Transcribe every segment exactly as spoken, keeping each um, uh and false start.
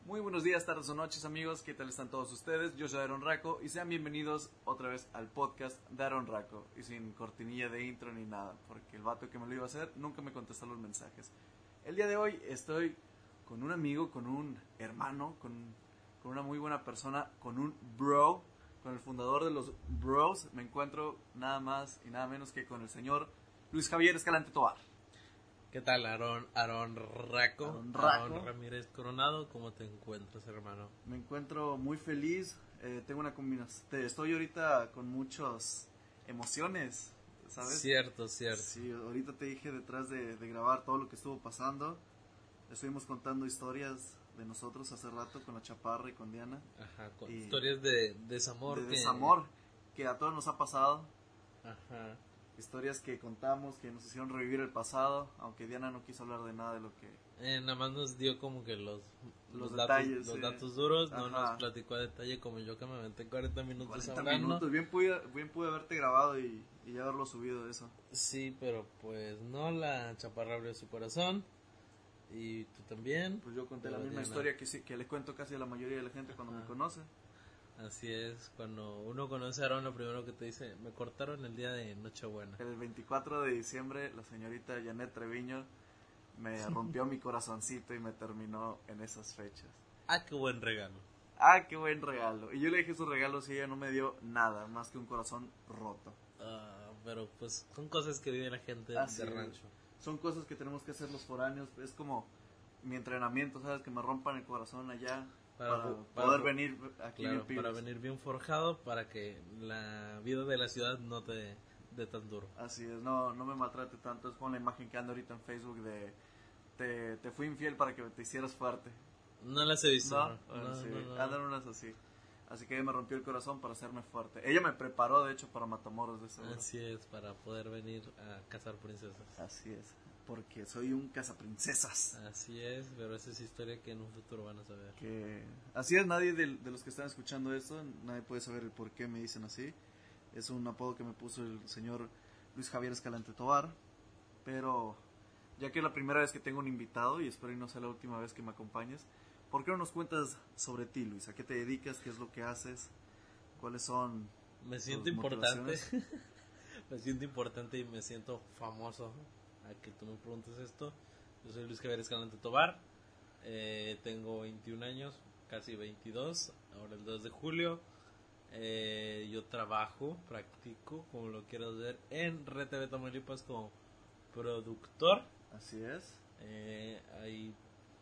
Muy buenos días, tardes o noches, amigos. ¿Qué tal están todos ustedes? Yo soy Aaron Raco y sean bienvenidos otra vez al podcast de Aaron Raco. Y sin cortinilla de intro ni nada, porque el vato que me lo iba a hacer nunca me contestó los mensajes. El día de hoy estoy con un amigo, con un hermano, con, con una muy buena persona, con un bro, con el fundador de los bros. Me encuentro nada más y nada menos que con el señor Luis Javier Escalante Tovar. ¿Qué tal, Aaron, Aaron Raco? Aaron Raco. Aaron Ramírez Coronado, ¿cómo te encuentras, hermano? Me encuentro muy feliz, eh, tengo una combinación, estoy ahorita con muchas emociones, ¿sabes? Cierto, cierto. Sí, ahorita te dije detrás de, de grabar todo lo que estuvo pasando, estuvimos contando historias de nosotros hace rato con la Chaparra y con Diana. Ajá, con y historias de desamor. De que... desamor, que a todos nos ha pasado. Ajá. Historias que contamos, que nos hicieron revivir el pasado, aunque Diana no quiso hablar de nada de lo que... Eh, nada más nos dio como que los, Los los, detalles, datos, los sí. datos duros, no Ajá. nos platicó a detalle como yo que me aventé cuarenta minutos cuarenta hablando. minutos, bien pude, bien pude haberte grabado y, y ya haberlo subido de eso. Sí, pero pues no, la Chaparra abrió su corazón y tú también. Pues yo conté Pero la misma Diana- historia que, sí, que le cuento casi a la mayoría de la gente cuando Ajá. me conoce. Así es, cuando uno conoce a Aaron, lo primero que te dice, me cortaron el día de Nochebuena. El veinticuatro de diciembre la señorita Janet Treviño me rompió mi corazoncito y me terminó en esas fechas. Ah, qué buen regalo. Ah, qué buen regalo. Y yo le dije sus regalos y ella no me dio nada más que un corazón roto. Ah, pero pues son cosas que vive la gente Así de es. rancho. Son cosas que tenemos que hacer los foráneos. Es como mi entrenamiento, ¿sabes? Que me rompan el corazón allá Para- para, para- poder venir aquí Claro, bien pibes. para venir bien forjado, para que la vida de la ciudad no te dé tan duro. Así es, no, no me maltrate tanto. Es como la imagen que anda ahorita en Facebook de te, te fui infiel para que te hicieras fuerte. No las he visto. No, No, Bueno, no, sí, no, no. andan unas así. Así que ella me rompió el corazón para hacerme fuerte. Ella me preparó, de hecho, para Matamoros de seguro. Así es, para poder venir a cazar princesas. Así es, porque soy un cazaprincesas. Así es, pero esa es historia que en un futuro van a saber. Que así es, nadie de, de los que están escuchando esto, nadie puede saber el por qué me dicen así. Es un apodo que me puso el señor Luis Javier Escalante Tovar. Pero ya que es la primera vez que tengo un invitado y espero y no sea la última vez que me acompañes, ¿por qué no nos cuentas sobre ti, Luis? ¿A qué te dedicas? ¿Qué es lo que haces? ¿Cuáles son Me siento tus importante. motivaciones? Me siento importante y me siento famoso a que tú me preguntes esto. Yo soy Luis Javier Escalante Tovar. Eh, tengo veintiún años, casi veintidós. Ahora el dos de julio. Eh, yo trabajo, practico, como lo quieras ver, en R T V Tamaulipas como productor. Así es. Eh, ahí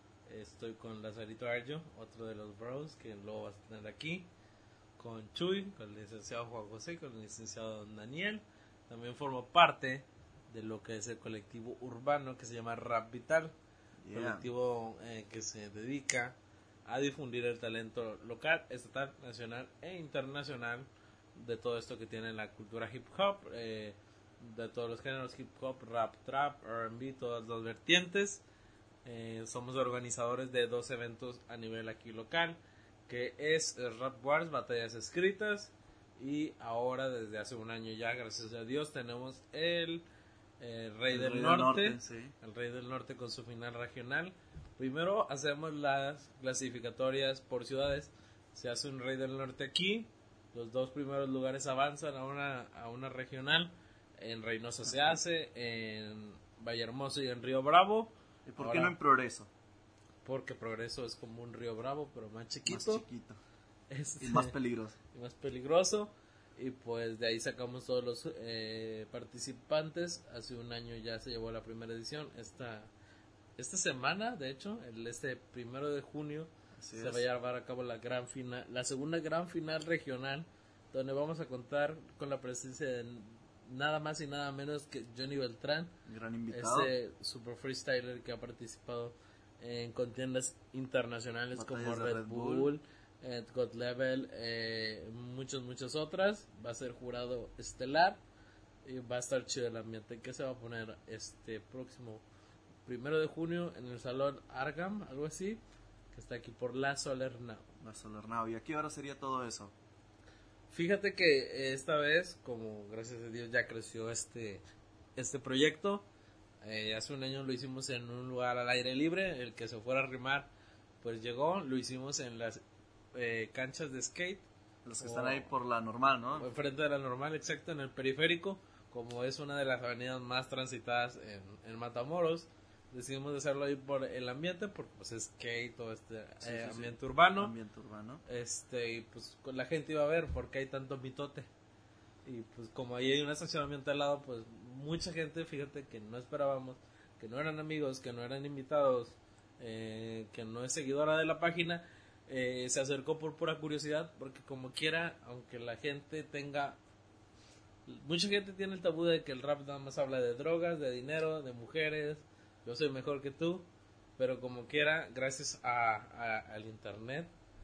estoy con Lazarito Arjo, otro de los bros que luego vas a tener aquí. Con Chuy, con el licenciado Juan José, con el licenciado Don Daniel. También formo parte de lo que es el colectivo urbano que se llama Rap Vital. Yeah. Colectivo eh, que se dedica a difundir el talento local, estatal, nacional e internacional de todo esto que tiene la cultura hip hop, eh, de todos los géneros hip hop, rap, trap, R and B, todas las vertientes. Eh, somos organizadores de dos eventos a nivel aquí local, que es el Rap Wars, batallas escritas, y ahora desde hace un año ya, gracias a Dios, tenemos el eh, Rey, El del, Rey del Norte, Norte, sí. el Rey del Norte con su final regional. Primero hacemos las clasificatorias por ciudades, se hace un Rey del Norte aquí, los dos primeros lugares avanzan a una, a una regional, en Reynosa se hace, en Vallehermoso y en Río Bravo. ¿Y por Ahora, qué no en Progreso? porque Progreso es como un Río Bravo, pero más chiquito. Más chiquito. Este, Y más peligroso. y más peligroso. Y pues de ahí sacamos todos los eh, participantes. Hace un año ya se llevó la primera edición. Esta, esta semana, de hecho, el este primero de junio, Así se es. va a llevar a cabo la gran final, la segunda gran final regional, donde vamos a contar con la presencia de nada más y nada menos que Johnny Beltrán, Gran invitado. ese super freestyler que ha participado en contiendas internacionales Batallas como de Red, Red Bull, Bull. eh, God Level, eh, muchas, muchas otras. Va a ser jurado estelar y va a estar chido el ambiente que se va a poner este próximo primero de junio en el Salón Argam, algo así, que está aquí por La Solernau. La Solernau. ¿Y a qué hora sería todo eso? Fíjate que esta vez, como gracias a Dios ya creció este, este proyecto, eh, hace un año lo hicimos en un lugar al aire libre, el que se fuera a arrimar pues llegó, lo hicimos en las eh, canchas de skate. Los que están ahí por la normal, ¿no? Enfrente de la normal, exacto, en el periférico, como es una de las avenidas más transitadas en, en Matamoros. Decidimos hacerlo ahí por el ambiente, porque pues es skate, todo este Sí, eh, sí, sí. ambiente urbano. Ambiente urbano. Este, y pues con la gente iba a ver porque hay tanto mitote. Y pues como ahí hay un estacionamiento al lado, pues mucha gente, fíjate que no esperábamos, que no eran amigos, que no eran invitados, eh, que no es seguidora de la página, eh, se acercó por pura curiosidad, porque como quiera, aunque la gente tenga, mucha gente tiene el tabú de que el rap nada más habla de drogas, de dinero, de mujeres, yo soy mejor que tú, pero como quiera, gracias a, a, al internet,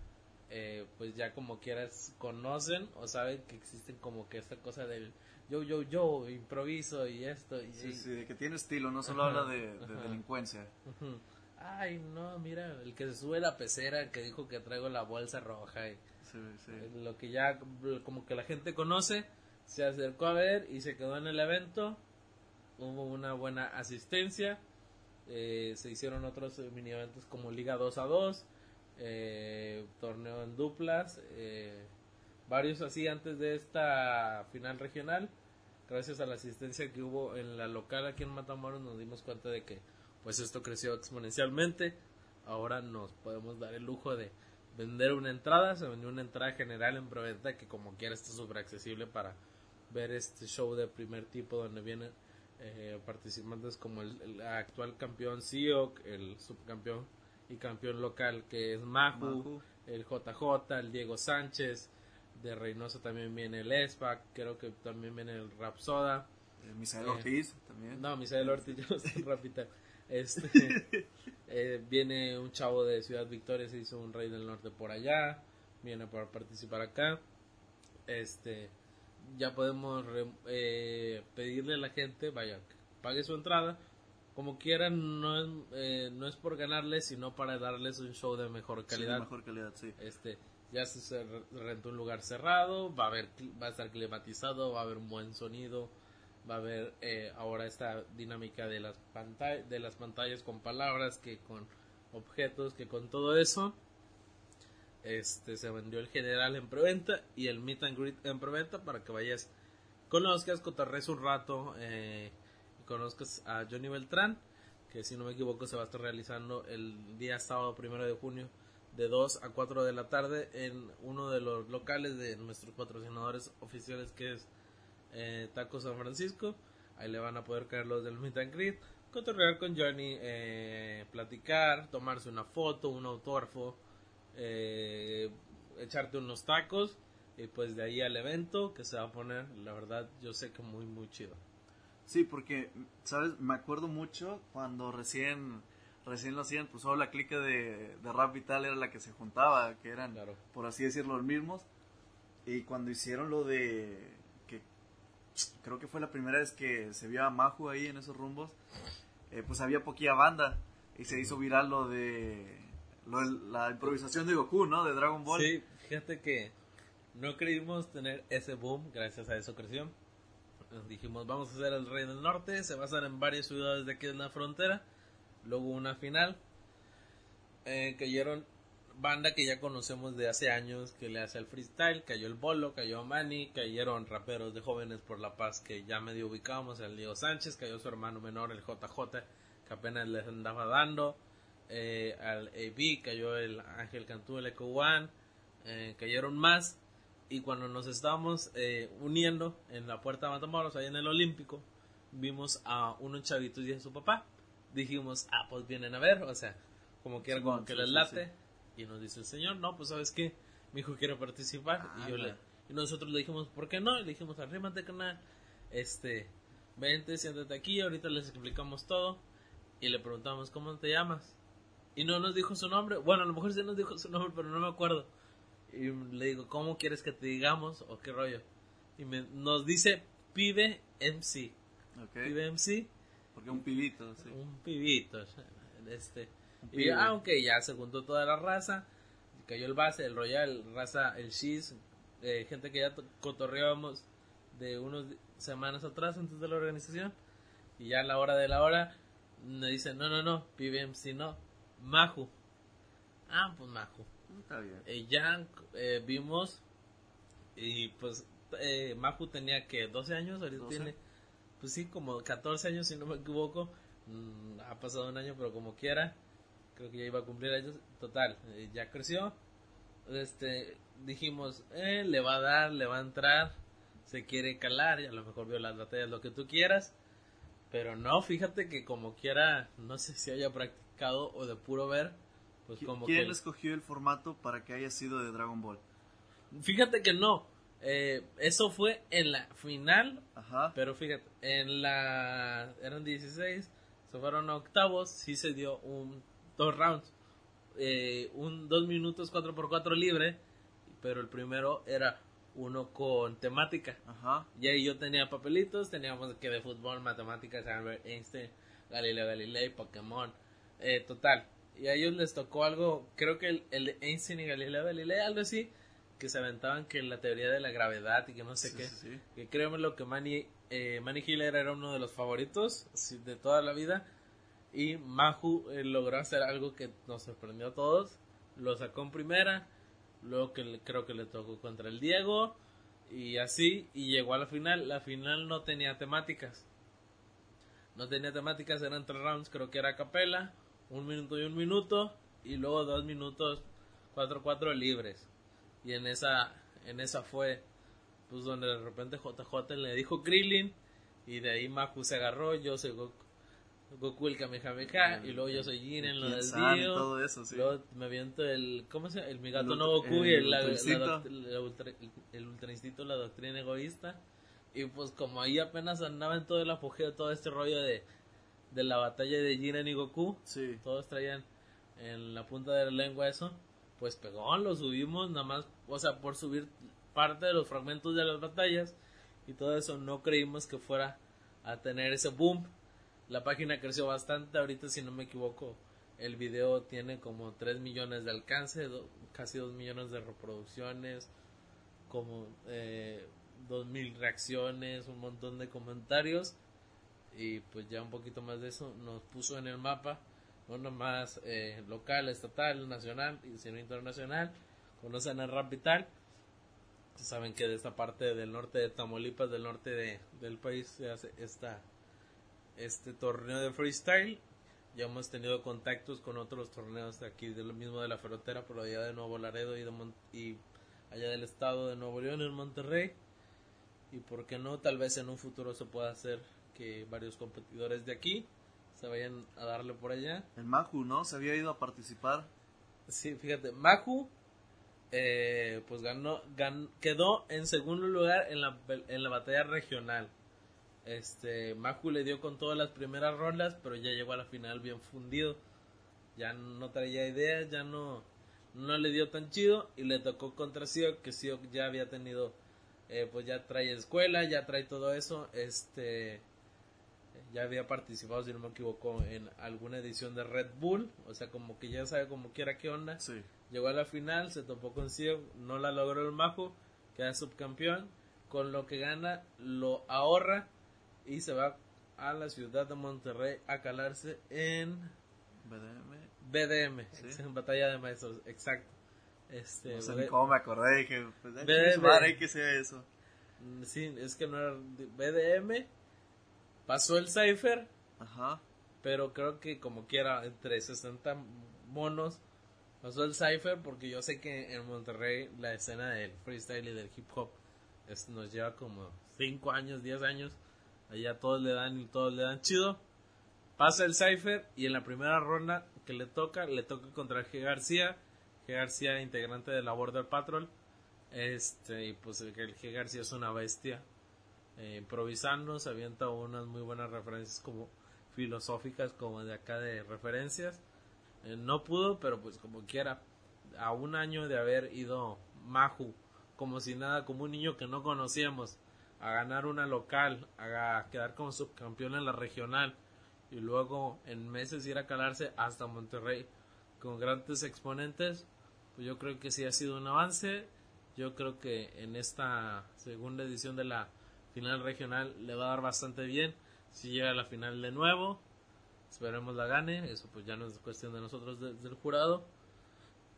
eh, pues ya como quieras conocen o saben que existen como que esta cosa del yo, yo, yo, improviso y esto. Y, Sí, y, sí, de que tiene estilo, no solo Ajá, habla de, de ajá. delincuencia. Ujú. Ay, no, mira, el que se sube la pecera, que dijo que traigo la bolsa roja. Y, Sí, sí. lo que ya como que la gente conoce, se acercó a ver y se quedó en el evento. Hubo una buena asistencia. Eh, se hicieron otros mini eventos como Liga dos a dos, eh, torneo en duplas, eh, varios así antes de esta final regional. Gracias a la asistencia que hubo en la local aquí en Matamoros, nos dimos cuenta de que pues esto creció exponencialmente. Ahora nos podemos dar el lujo de vender una entrada. Se vendió una entrada general en preventa que como quiera está súper accesible para ver este show de primer tipo, donde vienen eh, participantes como el, el actual campeón Siok, el subcampeón y campeón local que es Mahu, Mahu. el J J, el Diego Sánchez. De Reynosa también viene el Espac, creo que también viene el Rapsoda. Eh, Misael Eh, Ortiz también. No, Misael Ortiz, yo no soy rapita. Este, eh, viene un chavo de Ciudad Victoria, se hizo un Rey del Norte por allá, viene para participar acá. Este, ya podemos re, eh, pedirle a la gente, vaya, que pague su entrada. Como quieran, no es, eh, no es por ganarles, sino para darles un show de mejor calidad. Sí, de mejor calidad, sí. Este, ya se, se rentó un lugar cerrado, va a haber, va a estar climatizado, va a haber un buen sonido, va a haber eh, ahora esta dinámica de las pantallas, de las pantallas con palabras, que con objetos, que con todo eso. Este, se vendió el general en preventa y el meet and greet en preventa para que vayas, conozcas, cotorrees un rato, eh, y conozcas a Johnny Beltrán, que si no me equivoco se va a estar realizando el día sábado primero de junio de dos a cuatro de la tarde en uno de los locales de nuestros patrocinadores oficiales, que es eh, Taco San Francisco. Ahí le van a poder caer los del meet and greet, cotorrear con Johnny, eh, platicar, tomarse una foto, un autógrafo, eh, echarte unos tacos y pues de ahí al evento que se va a poner, la verdad yo sé que muy muy chido. Sí, porque, ¿sabes? Me acuerdo mucho cuando recién recién lo hacían, pues solo la clica de, de Rap Vital era la que se juntaba, que eran, Claro. por así decirlo, los mismos. Y cuando hicieron lo de, que creo que fue la primera vez que se vio a Mahu ahí en esos rumbos, eh, pues había poquilla banda y se hizo viral lo de, lo de la improvisación de Goku, ¿no? De Dragon Ball. Sí, fíjate que no creímos tener ese boom, gracias a eso creció. Dijimos, vamos a hacer el Rey del Norte, se va a hacer en varias ciudades de aquí en la frontera. Luego una final, eh, cayeron banda que ya conocemos de hace años que le hace el freestyle, cayó el Bolo, cayó Manny, cayeron raperos de Jóvenes por la Paz que ya medio ubicábamos, el Diego Sánchez, cayó su hermano menor el J J que apenas les andaba dando, eh, al A B cayó el Ángel Cantú, el Eco One, eh, cayeron más. Y cuando nos estábamos eh, uniendo en la puerta de Matamoros, ahí en el Olímpico, vimos a unos chavitos y a su papá. Dijimos, ah, pues vienen a ver, o sea, como que, Sí, como sí, que sí, les sí, late. sí. Y nos dice el señor, no, pues sabes qué, mi hijo quiere participar. Ah, y yo le, y nosotros le dijimos, ¿por qué no? Y le dijimos, arrímate, canal, este, vente, siéntate aquí, ahorita les explicamos todo. Y le preguntamos, ¿cómo te llamas? Y no nos dijo su nombre. Bueno, a lo mejor sí nos dijo su nombre, pero no me acuerdo. Y le digo, ¿cómo quieres que te digamos? ¿O qué rollo? Y me, nos dice, Pibe M C. Okay. Pibe M C. Porque un pibito, sí. Un pibito. Este. Un Y pibe. ah, ok, ya se juntó toda la raza. Cayó el base, el Royal, raza, el Shiz. Eh, gente que ya to- cotorreábamos de unas semanas atrás antes de la organización. Y ya a la hora de la hora me dicen, no, no, no, Pibe M C no, Mahu. Ah, pues Maju. Está bien. Eh, ya eh, vimos y pues eh, Maju tenía que doce años, ahorita ¿doce? tiene pues sí como catorce años si no me equivoco. Mm, ha pasado un año pero como quiera, creo que ya iba a cumplir años. Total, eh, ya creció. Este, dijimos, eh, le va a dar, le va a entrar, se quiere calar, y a lo mejor vio las batallas, lo que tú quieras. Pero no, fíjate que como quiera, no sé si haya practicado o de puro ver, pues como ¿Quién que... escogió el formato para que haya sido de Dragon Ball? Fíjate que no, eh, eso fue en la final, Ajá. pero fíjate, en la... eran dieciséis, se fueron a octavos, sí se dio un dos rounds, eh, un dos minutos cuatro por cuatro libre, pero el primero era uno con temática. Ajá. Y ahí yo tenía papelitos, teníamos que de fútbol, matemáticas, Albert Einstein, Galileo Galilei, Pokémon, eh, total. Y a ellos les tocó algo, creo que el, el de Einstein y Galileo Galilei, algo así, que se aventaban que la teoría de la gravedad y que no sé Sí, qué. sí, sí. Que créeme lo que Manny, eh, Manny Hiller era uno de los favoritos así, de toda la vida. Y Maju eh, logró hacer algo que nos sorprendió a todos. Lo sacó en primera, luego que le, creo que le tocó contra el Diego y así, y llegó a la final. La final no tenía temáticas, no tenía temáticas, eran tres rounds, creo que era a capela, un minuto y un minuto, y luego dos minutos, cuatro cuatro libres, y en esa, en esa fue, pues donde de repente J J le dijo Krillin, y de ahí Maju se agarró, yo soy Goku, Goku el Kamehameha, y luego yo soy Jin en lo del San y Dio, todo eso, sí. luego me aviento el, ¿cómo se llama? El Migato El no ultra- Goku y el el, la, la ultra instinto. doct- la ultra, el, el ultra instinto, la doctrina egoísta. Y pues como ahí apenas andaba en todo el apogeo, todo este rollo de, de la batalla de Jiren y Goku, Sí. todos traían en la punta de la lengua eso, pues pegó, lo subimos nada más, o sea, por subir parte de los fragmentos de las batallas y todo eso, no creímos que fuera a tener ese boom. La página creció bastante, ahorita si no me equivoco el video tiene como tres millones de alcance, do, casi dos millones de reproducciones, como eh, dos mil reacciones, un montón de comentarios, y pues ya un poquito más de eso nos puso en el mapa, no nomás eh, local, estatal, nacional, sino internacional. Conocen a Rap Vital, saben que de esta parte del norte de Tamaulipas, del norte de, del país, se hace esta este torneo de freestyle. Ya hemos tenido contactos con otros torneos de aquí, de lo mismo de la Ferotera, por allá de Nuevo Laredo y, de Mon- y allá del estado de Nuevo León, en Monterrey. Y por qué no, tal vez en un futuro se pueda hacer que varios competidores de aquí se vayan a darle por allá. El Maju, ¿no? Se había ido a participar. Sí, fíjate, Maju eh, pues ganó, gan, quedó en segundo lugar en la, en la batalla regional. Este, Maju le dio con todas las primeras rondas, pero ya llegó a la final bien fundido. Ya no traía ideas, ya no, no le dio tan chido. Y le tocó contra Siok, que Siok ya había tenido, eh, pues ya trae escuela, ya trae todo eso. Este, ya había participado, si no me equivoco, en alguna edición de Red Bull. O sea, como que ya sabe como quiera qué onda. Sí. Llegó a la final, se topó con Siok, no la logró el Maju, queda subcampeón. Con lo que gana, lo ahorra y se va a la ciudad de Monterrey a calarse en B D M. B D M, ¿Sí? en Batalla de Maestros, exacto. Este, No sé B- ni cómo me acordé, dije, pues B D M. madre que sea eso. Sí, es que no era B D M. Pasó el Cypher, Ajá. pero creo que como quiera, entre sesenta monos, pasó el Cypher, porque yo sé que en Monterrey la escena del freestyle y del hip hop es, nos lleva como cinco años, diez años. Allá todos le dan y todos le dan chido. Pasa el Cypher y en la primera ronda que le toca, le toca contra el G García. G García, integrante de la Border Patrol. Este, y pues el, el G García es una bestia. Eh, improvisando, se avienta unas muy buenas referencias como filosóficas, como de acá de referencias. Eh, no pudo, pero pues como quiera. A un año de haber ido Maju, como si nada, como un niño que no conocíamos, a ganar una local, a quedar como subcampeón en la regional y luego en meses ir a calarse hasta Monterrey con grandes exponentes, pues yo creo que sí ha sido un avance. Yo creo que en esta segunda edición de la final regional le va a dar bastante bien si llega a la final de nuevo. Esperemos la gane, eso pues ya no es cuestión de nosotros de, del jurado.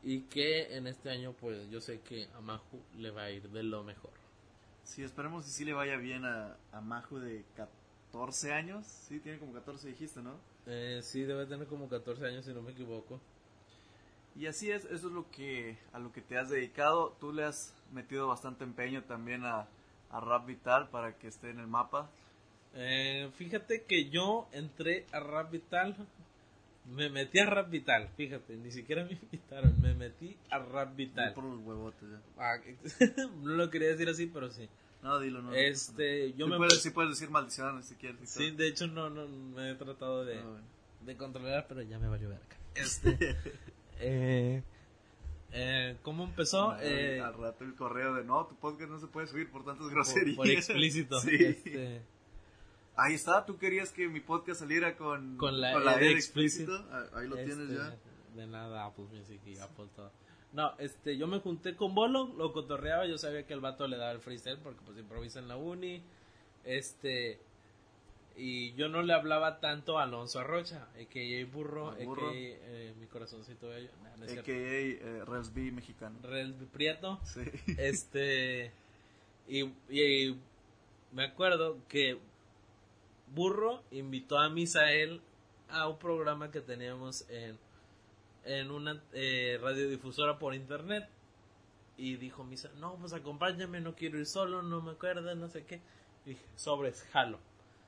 y que en este año pues yo sé que a Maju le va a ir de lo mejor. Sí, esperemos que sí le vaya bien a, a Maju de catorce años. Sí, tiene como catorce, dijiste, ¿no? Eh, sí, debe tener como catorce años si no me equivoco. Y así es, eso es lo que a lo que te has dedicado. Tú le has metido bastante empeño también a, a Rap Vital para que esté en el mapa. Eh, fíjate que yo entré a Rap Vital, me metí a Rap Vital, fíjate, ni siquiera me invitaron, me metí a Rap Vital. Voy por los huevotes ya. Ah, no lo quería decir así, pero sí. No, dilo, no. Este, yo sí me puedes, sí puedes decir maldiciones si quieres. y Sí, todo. de hecho no, no me he tratado de, Ah, bueno. de controlar, pero ya me valió verga. Este, eh, eh, ¿cómo empezó? No, eh, al rato el correo de no, tu podcast no se puede subir por tantas por, groserías. por explícito. Sí. Este, Ahí está, tú querías que mi podcast saliera con, Con la con E de E de explícito. explícito. Ah, ahí lo este, tienes ya. De nada, Apple Music y Apple todo. No, este, yo me junté con Bolo, lo cotorreaba, yo sabía que el vato le daba el freestyle porque pues improvisa en la uni. Este, y yo no le hablaba tanto a Alonso Arrocha, a k a. Burro, A Burro. a k a. Eh, mi corazoncito bello, nah, no es A cierto. K A eh, Rels B mexicano. Real Prieto. Sí. Este, y, y me acuerdo que Burro invitó a Misael a un programa que teníamos en, en una eh, radiodifusora por internet. Y dijo Misa, no, pues acompáñame, no quiero ir solo, no me acuerdo, no sé qué. Y dije, sobres, jalo.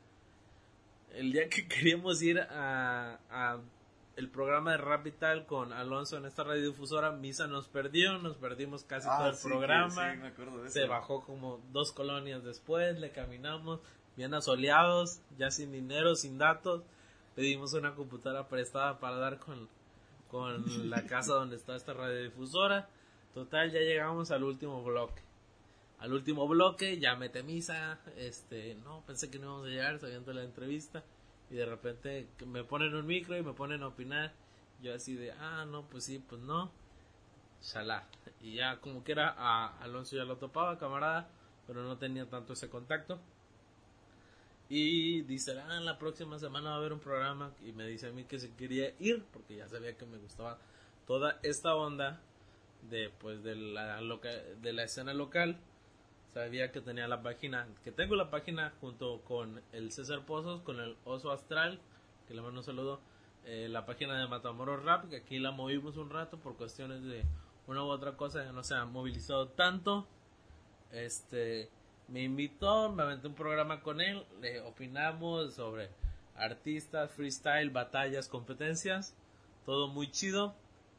El día que queríamos ir a, a el programa de Rap Vital con Alonso en esta radiodifusora, Misa nos perdió, nos perdimos casi Ah, todo el sí, programa. que- sí, me acuerdo de Se eso. bajó como dos colonias después, le caminamos, bien asoleados, ya sin dinero, sin datos. Pedimos una computadora prestada para dar con, con la casa donde está esta radiodifusora. Total, ya llegamos al último bloque. Al último bloque, ya mete Misa. Este, no, pensé que no íbamos a llegar sabiendo la entrevista. Y de repente que me ponen un micro y me ponen a opinar. Yo así de, ah, no, pues sí, pues no. Shalá. Y ya como que era, a Alonso ya lo topaba, camarada, pero no tenía tanto ese contacto. Y dice, ah, la próxima semana va a haber un programa. Y me dice a mí que se quería ir, porque ya sabía que me gustaba toda esta onda de, pues, de la, loca, de la escena local. Sabía que tenía la página, que tengo la página junto con el César Pozos, con el Oso Astral, que le mando un saludo, eh, la página de Matamoros Rap, que aquí la movimos un rato por cuestiones de una u otra cosa, que no se ha movilizado tanto. Este, me invitó, me aventé un programa con él, le opinamos sobre artistas, freestyle, batallas, competencias, todo muy chido.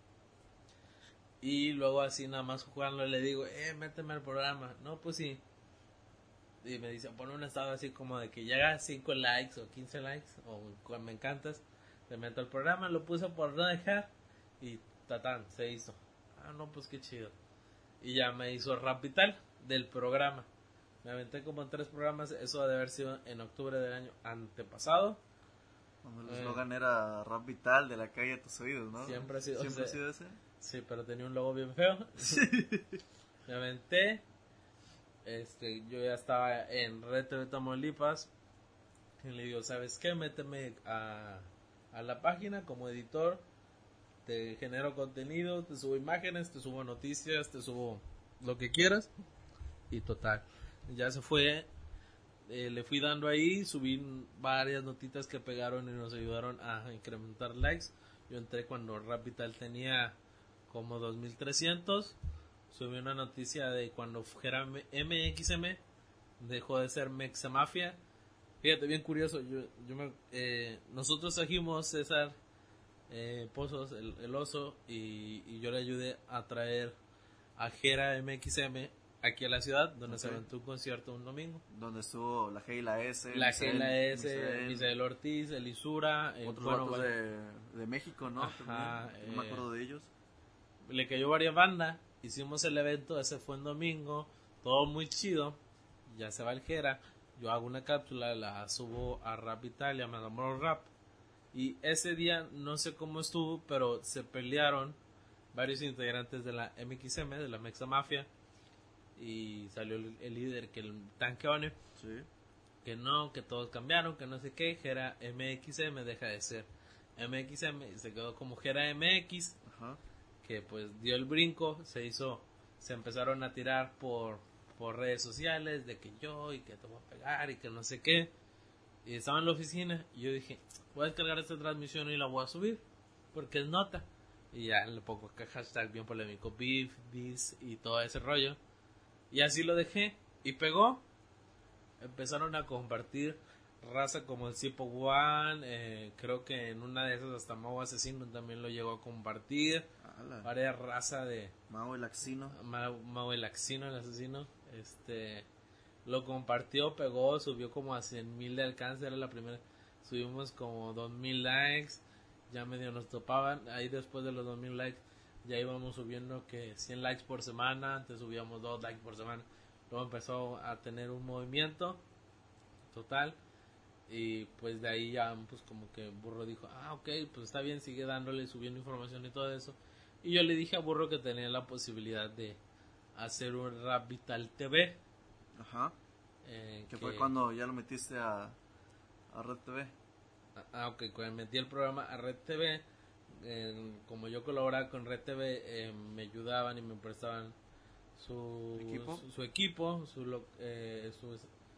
Y luego así nada más jugando le digo, eh, méteme al programa. No, pues sí. Y me dice, pon un estado así como de que llega a cinco likes o quince likes, o cuando me encantas, te meto al programa. Lo puse por no dejar y tatán, se hizo. Ah, no, pues qué chido. Y ya me hizo Rap Vital del programa. Me aventé como en tres programas, eso ha de haber sido en octubre del año antepasado. Cuando el Eh. eslogan era Rap Vital de la calle a tus oídos, ¿no? Siempre ha sido, ¿Siempre o sea, ha sido ese? Sí, pero tenía un logo bien feo. Me aventé. Este, yo ya estaba en Red T V Tamaulipas. Y le digo, ¿sabes qué? Méteme a, a la página como editor. Te genero contenido, te subo imágenes, te subo noticias, te subo lo que quieras. Y total, ya se fue. Eh, le fui dando ahí, subí varias notitas que pegaron y nos ayudaron a incrementar likes. Yo entré cuando Rap Vital tenía como dos mil trescientos. Subí una noticia de cuando era M X M dejó de ser Mexa Mafia. Fíjate, bien curioso. Yo, yo me, eh, nosotros trajimos César eh, Pozos, el, el oso, y, y yo le ayudé a traer a Jera M X M aquí a la ciudad, donde Ok. se aventó un concierto un domingo. Donde estuvo la G y la S. La Misael, G, la S, Misael, Misael Ortiz, Elisura, eh, Otros bueno, vatos bueno, de, de México, ¿no? Ajá, También. No me eh. acuerdo de ellos. le cayó varias bandas, hicimos el evento, ese fue en domingo, todo muy chido, ya se va el Jera, yo hago una cápsula, la subo a Rap Italia, me enamoro Rap, y ese día no sé cómo estuvo, pero se pelearon varios integrantes de la M X M, de la Mexa Mafia, y salió el, el líder, que el Tanqueone, Sí. que no, que todos cambiaron, que no sé qué, Jera M X M deja de ser M X M, y se quedó como Jera M X. Ajá. que pues dio el brinco, se hizo, se empezaron a tirar por, por redes sociales de que yo y que te voy a pegar y que no sé qué. Y estaba en la oficina y yo dije, voy a descargar esta transmisión y la voy a subir porque es nota. Y ya le pongo acá hashtag bien polémico, beef, this y todo ese rollo. Y así lo dejé y pegó. Empezaron a compartir raza como el Cipo One, eh, creo que en una de esas hasta Mau Asesino también lo llegó a compartir. Ala. Varias raza de Mau el Axino. Mau, Mau el Axino, el asesino, este lo compartió, pegó, subió como a cien mil de alcance, era la primera, subimos como dos mil likes, ya medio nos topaban, ahí después de los dos mil likes ya íbamos subiendo que cien likes por semana, antes subíamos dos likes por semana, luego empezó a tener un movimiento total. Y pues de ahí ya pues como que Burro dijo, ah ok, pues está bien, sigue dándole, subiendo información y todo eso. Y yo le dije a Burro que tenía la posibilidad de hacer un Rap Vital T V. Ajá. Eh, que, que fue cuando ya lo metiste a, a Red T V. Ah ok, cuando metí el programa a Red T V, eh, como yo colaboraba con Red T V, eh, me ayudaban y me prestaban su ¿Equipo? su, su equipo, su, lo- eh, su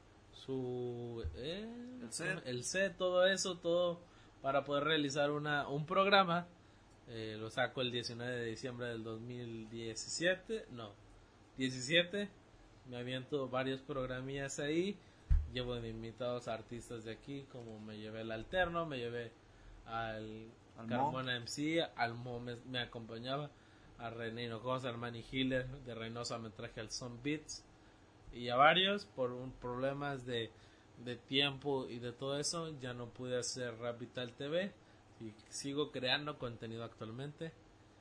su eh, El set. el set, todo eso, todo para poder realizar una un programa. Eh, lo saco el diecinueve de diciembre del dos mil diecisiete, no, diecisiete. Me aviento varios programillas ahí. Llevo de invitados a artistas de aquí, como me llevé el Alterno, me llevé al, Al Carmona M C, al Mo me, me acompañaba, a René Hinojosa, al Manny Hiller, de Reynosa me traje al Son Beats y a varios por un problemas de, de tiempo y de todo eso ya no pude hacer Rap Vital T V y sigo creando contenido actualmente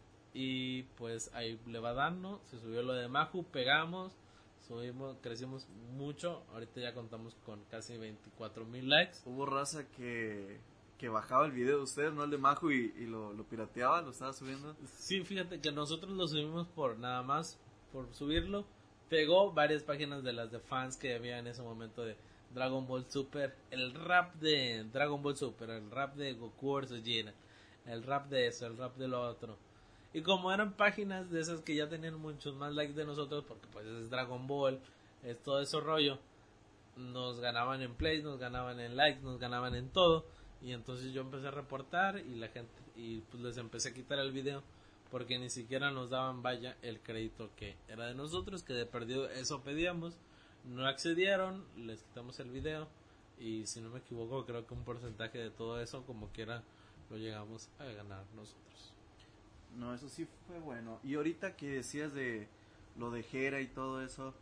y pues ahí le va dando, se subió lo de Maju, pegamos, subimos, crecimos mucho, ahorita ya contamos con casi veinticuatro mil likes. Hubo raza que, que bajaba el video de ustedes, no el de Maju, y, y lo, lo pirateaba, lo estaba subiendo. Sí, fíjate que nosotros lo subimos por nada más, por subirlo. Pegó varias páginas de las de fans que había en ese momento de Dragon Ball Super, el rap de Dragon Ball Super, el rap de Goku versus Gina, el rap de eso, el rap de lo otro. Y como eran páginas de esas que ya tenían muchos más likes de nosotros, porque pues es Dragon Ball, es todo ese rollo, nos ganaban en plays, nos ganaban en likes, nos ganaban en todo. Y entonces yo empecé a reportar y la gente, y pues les empecé a quitar el video porque ni siquiera nos daban, vaya, el crédito que era de nosotros, que de perdido eso pedíamos. No accedieron, les quitamos el video y si no me equivoco creo que un porcentaje de todo eso como quiera lo llegamos a ganar nosotros. No, eso sí fue bueno. Y ahorita que decías de lo de Jera y todo eso,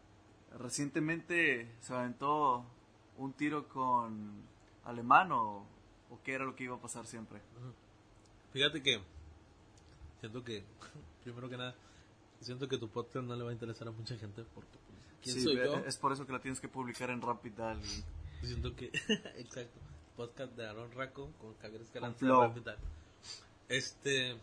recientemente se aventó un tiro con Alemán, o, o qué era lo que iba a pasar siempre. Fíjate que siento que, primero que nada, siento que tu podcast no le va a interesar a mucha gente porque pues, ¿quién Sí, soy yo? es por eso que la tienes que publicar en Rapital. Y... Siento que, exacto, podcast de Aaron Raco con Javier Escalante. Con Flow. Rapital. Este,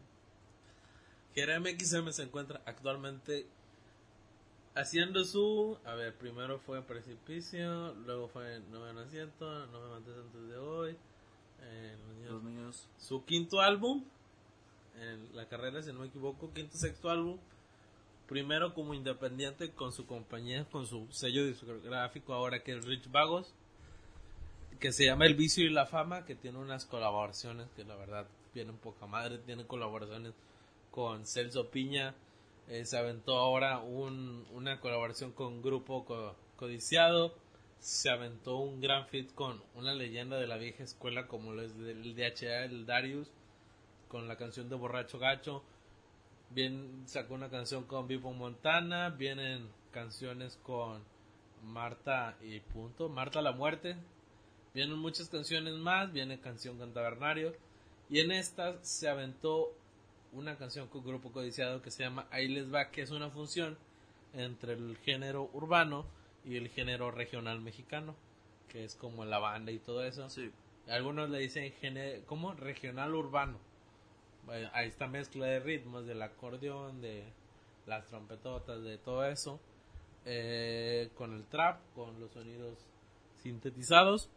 Jera M X M se encuentra actualmente haciendo su, a ver, primero fue Precipicio, luego fue No Me Asiento, No Me Mantes Antes de Hoy, eh, los niños, Los niños. su quinto álbum en la carrera, si no me equivoco, quinto sexto álbum, primero como independiente con su compañía, con su sello discográfico ahora que es Rich Vagos, que se llama El Vicio y la Fama, que tiene unas colaboraciones que la verdad vienen poca madre, tiene colaboraciones con Celso Piña, eh, se aventó ahora un, una colaboración con Grupo Co- Codiciado, se aventó un gran feat con una leyenda de la vieja escuela como lo es el D H A, el Darius, con la canción de Borracho Gacho. Bien, sacó una canción con Vivo Montana, vienen canciones con Marta y punto, Marta la Muerte, vienen muchas canciones más, viene canción con Tabernario, y en esta se aventó una canción con Grupo Codiciado que se llama Ahí Les Va, que es una función entre el género urbano y el género regional mexicano, que es como la banda y todo eso. Sí. Algunos le dicen género, ¿cómo? Regional urbano. Bueno, ahí está mezcla de ritmos, del acordeón, de las trompetotas, de todo eso, eh, con el trap, con los sonidos sintetizados,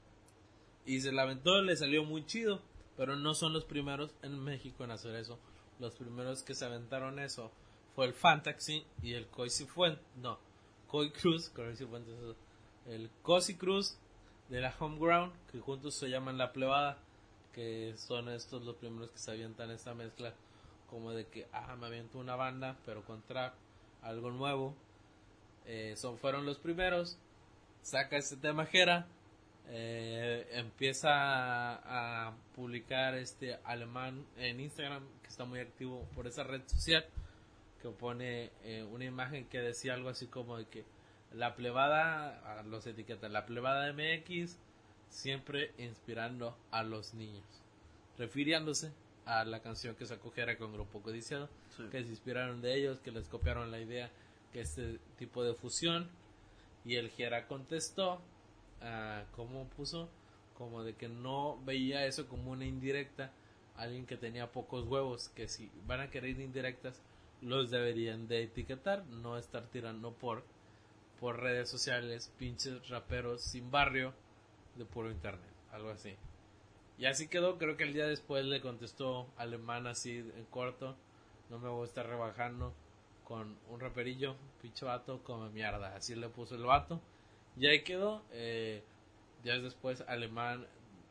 y se la aventó, le salió muy chido, pero no son los primeros en México en hacer eso. los primeros que se aventaron eso fue el Fantasy y el Cozy Fuentes, no, Coy Cruz, Cozy Fuentes, el Cozy Cruz de la Homeground, que juntos se llaman La Plebada, que son estos los primeros que se avientan esta mezcla como de que, ah, me aviento una banda, pero con trap, algo nuevo. Eh, son, fueron los primeros. Saca este tema Jera, eh, empieza a, a publicar este alemán en Instagram, que está muy activo por esa red social, que pone eh, una imagen que decía algo así como de que la plebada, los etiquetas, la plebada M X, siempre inspirando a los niños, refiriéndose a la canción que sacó Jera con Grupo Codiciado, sí. Que se inspiraron de ellos, que les copiaron la idea, que este tipo de fusión. Y el Jera contestó, uh, ¿cómo puso? Como de que no veía eso como una indirecta a alguien que tenía pocos huevos, que si van a querer indirectas los deberían de etiquetar, no estar tirando por por redes sociales pinches raperos sin barrio de puro internet, algo así. Y así quedó. Creo que el día después le contestó alemán así en corto, no me voy a estar rebajando con un raperillo, pinche vato, come mierda, así le puso el vato, y ahí quedó. Eh, días después alemán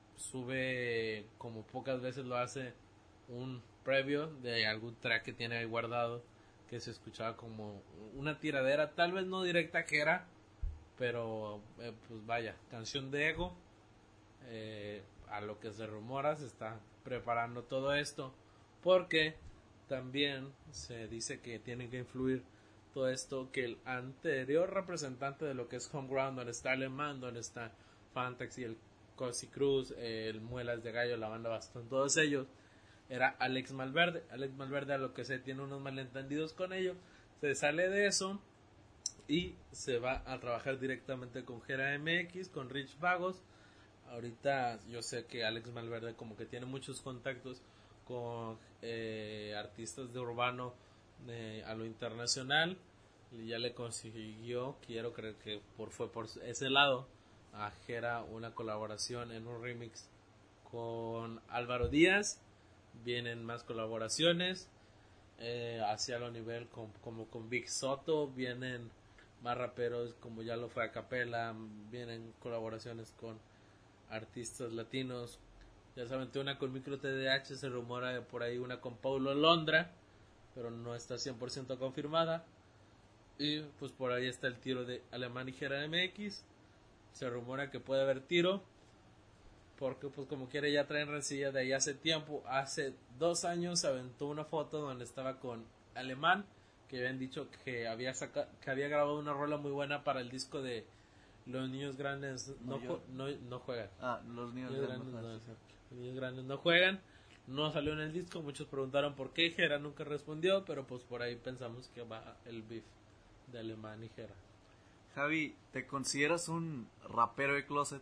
sube, como pocas veces lo hace, un previo de algún track que tiene ahí guardado, que se escuchaba como una tiradera, tal vez no directa que era, pero eh, pues vaya, canción de ego. Eh, a lo que se rumora se está preparando todo esto, porque también se dice que tiene que influir todo esto, que el anterior representante de lo que es Homeground, donde está Alemán, donde está Fantax y el Cozy Cruz, el Muelas de Gallo, la banda Bastón, todos ellos, era Alex Malverde. Alex Malverde, a lo que se tiene unos malentendidos con ellos, se sale de eso y se va a trabajar directamente con Jera M X, con Rich Vagos. Ahorita yo sé que Alex Malverde como que tiene muchos contactos con eh, artistas de urbano eh, a lo internacional, y ya le consiguió, quiero creer que por fue por ese lado, a Jera una colaboración en un remix con Álvaro Díaz. Vienen más colaboraciones eh, hacia lo nivel con, como con Big Soto, vienen más raperos como ya lo fue Acapella, vienen colaboraciones con artistas latinos. Ya saben, una con Micro T D H, se rumora de por ahí una con Paulo Londra, pero no está cien por ciento confirmada. Y pues por ahí está el tiro de Alemán y Jera M X. Se rumora que puede haber tiro, porque pues como quiere ya traen rencilla de ahí hace tiempo. Hace dos años se aventó una foto donde estaba con Alemán, que habían dicho que había saca, que había grabado una rola muy buena para el disco de Los Niños Grandes no, no, no, no juegan. Ah, los niños, niños grandes, grandes no, no, los niños grandes no juegan. No salió en el disco, muchos preguntaron por qué. Jera nunca respondió, pero pues por ahí pensamos que va el beef de Alemán y Jera. Javi, ¿te consideras un rapero de closet?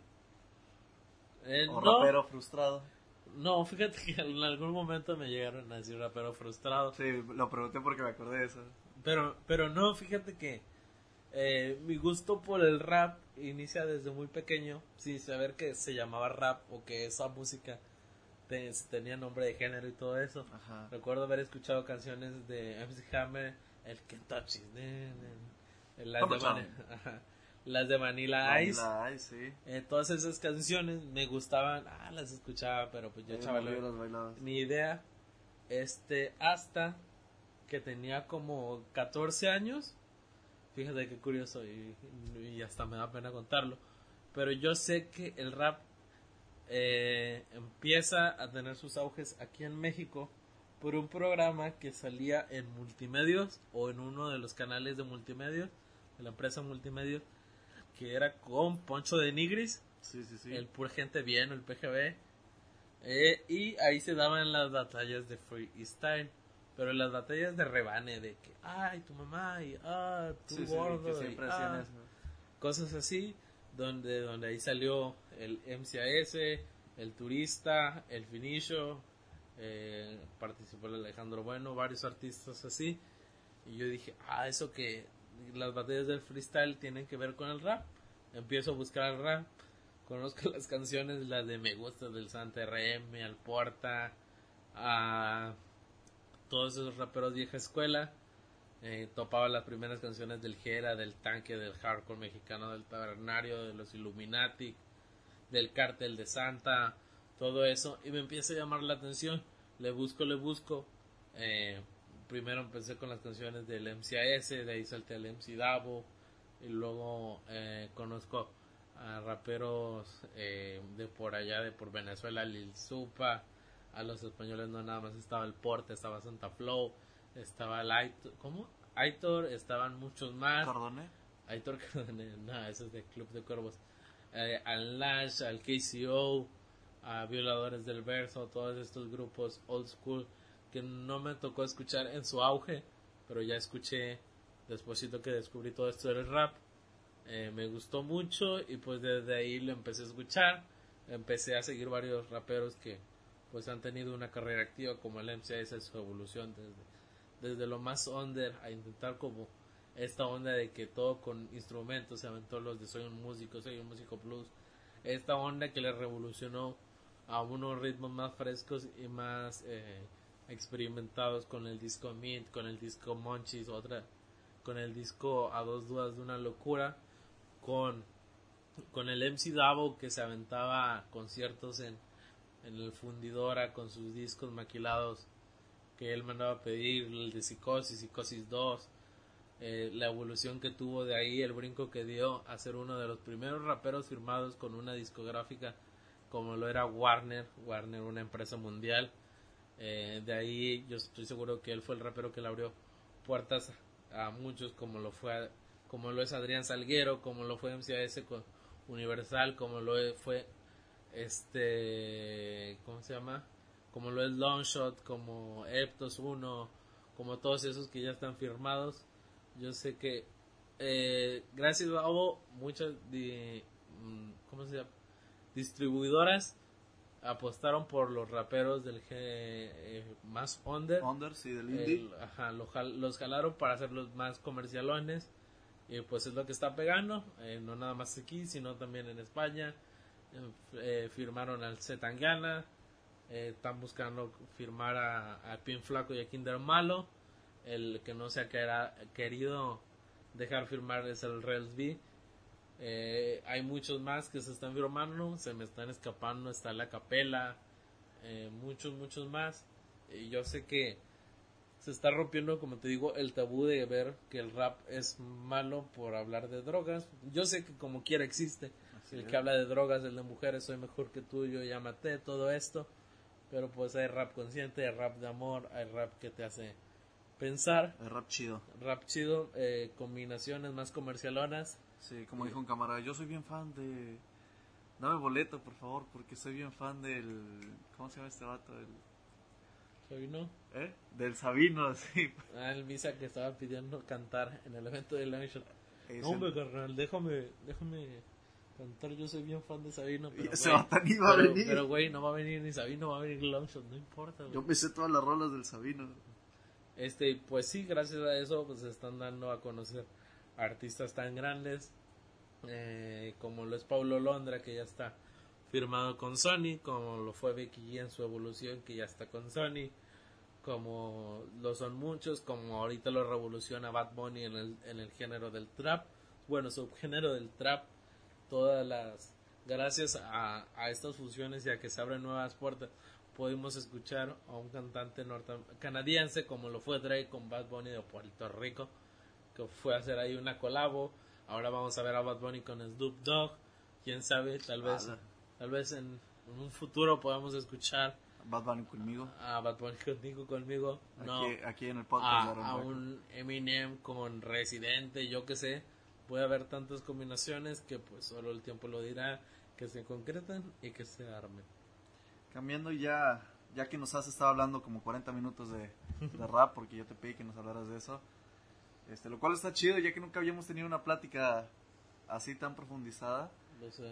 Eh, ¿O no, rapero frustrado? No, fíjate que en algún momento me llegaron a decir rapero frustrado. Sí, lo pregunté porque me acordé de eso. Pero, pero no, fíjate que eh, mi gusto por el rap inicia desde muy pequeño, sin saber que se llamaba rap o que esa música te, tenía nombre de género y todo eso. Ajá. Recuerdo haber escuchado canciones de M C Hammer, el Kentucky, las de, Man- las de Vanilla Ice, Vanilla Ice, sí. eh, todas esas canciones me gustaban, ah, las escuchaba, pero pues yo chaval, ni idea, este, hasta que tenía como catorce años, fíjate qué curioso, y, y hasta me da pena contarlo, pero yo sé que el rap eh, empieza a tener sus auges aquí en México por un programa que salía en Multimedios, o en uno de los canales de Multimedios, de la empresa Multimedios, que era con Poncho de Nigris, sí, sí, sí. el Pura Gente Bien, el P G B, eh, y ahí se daban las batallas de freestyle, pero las batallas de rebane, de que, ay, tu mamá, y ah, tu sí, gordo, sí, que siempre y, hacían ah, eso. Cosas así, donde, donde ahí salió el M C A S, el Turista, el Finicio, eh, participó el Alejandro Bueno, varios artistas así, y yo dije, ah, eso que las batallas del freestyle tienen que ver con el rap. Empiezo a buscar el rap, conozco las canciones, las de Me Gusta del Santa R M, al Porta, a todos esos raperos vieja escuela. Eh, topaba las primeras canciones del Jera, del Tanque, del hardcore mexicano, del Tabernario, de los Illuminati, del Cártel de Santa, todo eso, y me empieza a llamar la atención. Le busco, le busco. Eh, primero empecé con las canciones del M C A S, de ahí salté al M C Davo, y luego eh, conozco a raperos eh, de por allá, de por Venezuela, Lil Supa. A los españoles no nada más estaba el Porte, estaba Santa Flow, estaba el Aitor, ¿cómo? Aitor, estaban muchos más. ¿Cardone? Aitor Cardone, no, eso es de Club de Cuervos. Eh, al Lash, al K C O, a Violadores del Verso, todos estos grupos old school que no me tocó escuchar en su auge, pero ya escuché despuésito que descubrí todo esto del rap. Eh, me gustó mucho y pues desde ahí lo empecé a escuchar. Empecé a seguir varios raperos que pues han tenido una carrera activa, como el M C A S, su evolución desde, desde lo más under a intentar como esta onda de que todo con instrumentos. Se aventó los de soy un músico, soy un músico blues, esta onda que le revolucionó a unos ritmos más frescos y más eh, experimentados, con el disco Mint, con el disco Monchis, otra con el disco A Dos Dudas de una Locura, con con el M C Davo, que se aventaba conciertos en en el Fundidora con sus discos maquilados que él mandaba a pedir, el de Psicosis, Psicosis dos, eh, la evolución que tuvo de ahí, el brinco que dio a ser uno de los primeros raperos firmados con una discográfica como lo era Warner, Warner, una empresa mundial. Eh, de ahí yo estoy seguro que él fue el rapero que le abrió puertas a muchos, como lo fue como lo es Adrián Salguero, como lo fue M C A S con Universal, como lo fue este, ¿cómo se llama? Como lo es Longshot, como Eptos uno, como todos esos que ya están firmados. Yo sé que eh, gracias a Ovo, muchas di, ¿cómo se llama? distribuidoras apostaron por los raperos del G, eh, más under, Under, sí, del indie. El, ajá, lo, los jalaron para hacerlos más comercialones, y pues es lo que está pegando, eh, no nada más aquí, sino también en España. Eh, firmaron al Zetangana, eh, están buscando firmar a, a Pin Flaco y a Kinder Malo. El que no se ha quera, querido dejar firmar es el Rels B. Eh, hay muchos más que se están firmando, se me están escapando, está la Capela, eh, muchos, muchos más. Y yo sé que se está rompiendo, como te digo, el tabú de ver que el rap es malo por hablar de drogas. Yo sé que como quiera existe. Así el es. Que habla de drogas, el de mujeres, soy mejor que tú, yo ya maté, todo esto. Pero pues hay rap consciente, hay rap de amor, hay rap que te hace pensar. Hay rap chido. Rap chido, eh, combinaciones más comercialonas. Sí, como dijo un camarada, yo soy bien fan de... Dame boleto, por favor, porque soy bien fan del... ¿Cómo se llama este vato? El... ¿Sabino? ¿Eh? Del Sabino, sí. Ah, el Misa que estaba pidiendo cantar en el evento de Longshot. No, el... hombre, carnal, déjame, déjame cantar, yo soy bien fan de Sabino. Pero, ese vato ni va a pero, venir. Pero, güey, no va a venir ni Sabino, va a venir Longshot, no importa, güey. Yo me sé todas las rolas del Sabino. Este, pues sí, gracias a eso, pues se están dando a conocer artistas tan grandes, eh, como lo es Paulo Londra, que ya está firmado con Sony, como lo fue Becky G en su evolución, que ya está con Sony, como lo son muchos, como ahorita lo revoluciona Bad Bunny en el, en el género del trap, bueno, subgénero del trap. Todas las, gracias a, a estas fusiones y a que se abren nuevas puertas, pudimos escuchar a un cantante norte canadiense como lo fue Drake con Bad Bunny de Puerto Rico, que fue a hacer ahí una colabo. Ahora vamos a ver a Bad Bunny con Snoop Dogg, quién sabe, tal vez ah, tal vez en, en un futuro podamos escuchar Bad Bunny conmigo, a Bad Bunny contigo, conmigo, no, aquí, aquí en el podcast, a, a un Eminem con Residente, yo que sé. Puede haber tantas combinaciones que pues solo el tiempo lo dirá, que se concretan y que se armen. Cambiando ya, ya que nos has estado hablando como cuarenta minutos de, de rap, porque yo te pedí que nos hablaras de eso, este, lo cual está chido, ya que nunca habíamos tenido una plática así tan profundizada. Lo sé.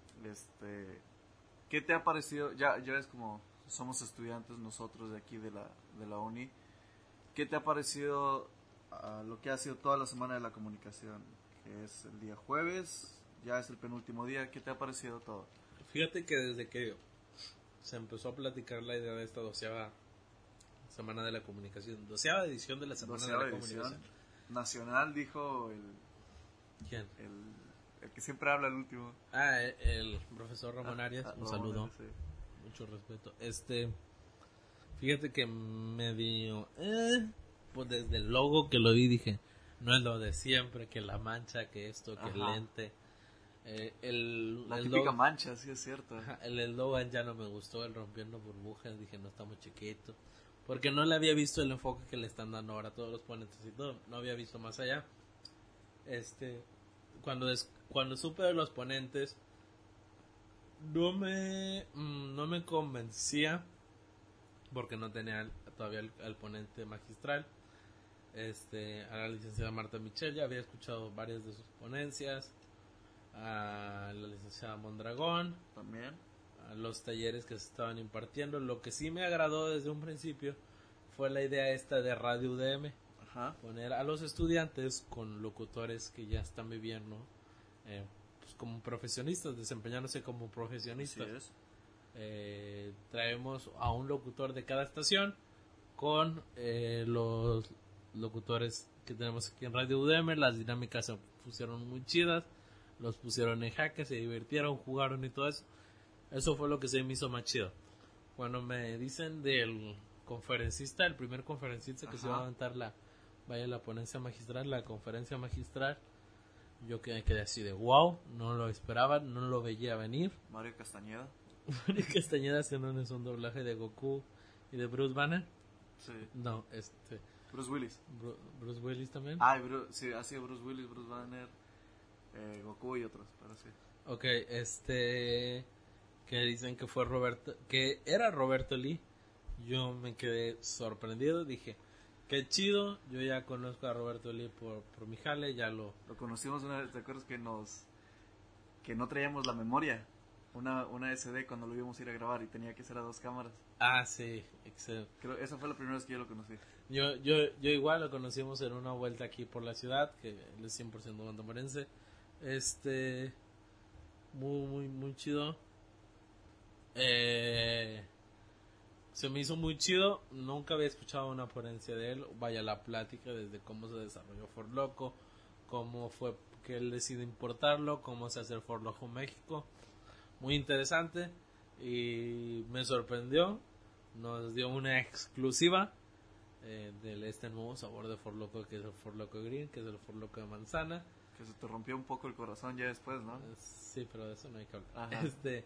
Este, ¿qué te ha parecido? Ya, ya ves como somos estudiantes nosotros de aquí de la, de la uni. ¿Qué te ha parecido uh, lo que ha sido toda la semana de la comunicación? Que es el día jueves, ya es el penúltimo día. ¿Qué te ha parecido todo? Fíjate que desde que se empezó a platicar la idea de esta doceava Semana de la Comunicación, doceava edición de la Semana Doceava de la edición. Comunicación. Nacional, dijo el, ¿Quién? el, el que siempre habla el último. Ah, el profesor Ramón Ah, Arias, ah, un Ramón saludo, Arias, sí. mucho respeto. Este, fíjate que me dio, eh, pues desde el logo que lo vi dije, no es lo de siempre, que la mancha, que esto, que el Ajá. lente. Eh, el, La el típica logo- mancha, sí es cierto. Ajá, el eslogan ya no me gustó, el rompiendo burbujas, dije no está muy chiquito, porque no le había visto el enfoque que le están dando ahora a todos los ponentes y todo, no había visto más allá. Este, cuando des- cuando supe de los ponentes, no me mm, no me convencía porque no tenía al- todavía al, al ponente magistral, este, a la licenciada Marta Michel. Ya había escuchado varias de sus ponencias, a la licenciada Mondragón, También. a los talleres que se estaban impartiendo. Lo que sí me agradó desde un principio fue la idea esta de Radio U D M, Ajá. poner a los estudiantes con locutores que ya están viviendo, eh, pues como profesionistas, desempeñándose como Así profesionistas. es. Eh, traemos a un locutor de cada estación con eh, los locutores que tenemos aquí en Radio U D M. Las dinámicas se pusieron muy chidas, los pusieron en jaque, se divirtieron, jugaron y todo eso. Eso fue lo que se me hizo más chido. Cuando me dicen del conferencista, el primer conferencista que Ajá. se va a aventar la, vaya la ponencia magistral, la conferencia magistral, yo quedé, quedé así de wow, no lo esperaba, no lo veía venir. Mario Castañeda. Mario Castañeda haciendo un doblaje de Goku y de Bruce Banner. Sí. No, este, Bruce Willis. Bru- Bruce Willis también. Ah, y Bru- sí, ha sido Bruce Willis, Bruce Banner, eh, Goku y otros, pero sí. Ok, este, que dicen que fue Roberto, que era Roberto Lee. Yo me quedé sorprendido, dije, qué chido, yo ya conozco a Roberto Lee por, por mi jale, ya lo... Lo conocimos una vez, ¿te acuerdas que nos... que no traíamos la memoria? Una, una S D cuando lo íbamos a ir a grabar y tenía que ser a dos cámaras. Ah, sí, excelente. Creo esa fue la primera vez que yo lo conocí. Yo, yo, yo igual lo conocimos en una vuelta aquí por la ciudad, que él es cien por ciento bandamorense. Este, muy, muy, muy chido. Eh, se me hizo muy chido. Nunca había escuchado una ponencia de él. Vaya la plática desde cómo se desarrolló For Loco, cómo fue que él decide importarlo, cómo se hace el For Loco en México. Muy interesante y me sorprendió. Nos dio una exclusiva eh, de este nuevo sabor de For Loco, que es el For Loco Green, que es el For Loco de manzana. Que se te rompió un poco el corazón ya después, ¿no? Eh, Sí, pero de eso no hay que hablar. Ajá. Este,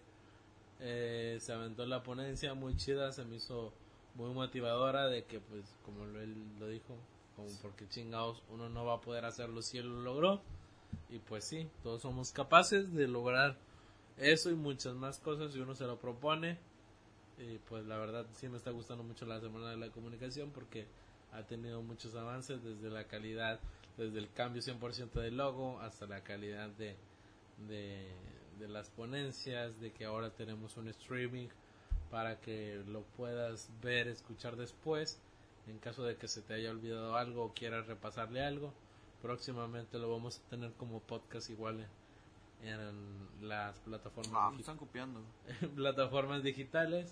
eh, se aventó la ponencia muy chida, se me hizo muy motivadora de que, pues, como lo- él lo dijo, como porque chingados uno no va a poder hacerlo si él lo logró. Y pues sí, todos somos capaces de lograr eso y muchas más cosas si uno se lo propone. Y pues la verdad sí me está gustando mucho la Semana de la Comunicación porque ha tenido muchos avances desde la calidad, desde el cambio cien por ciento del logo hasta la calidad de, de, de las ponencias, de que ahora tenemos un streaming para que lo puedas ver, escuchar después en caso de que se te haya olvidado algo o quieras repasarle algo. Próximamente lo vamos a tener como podcast igual en, en las plataformas Ah, me digi- están copiando. plataformas digitales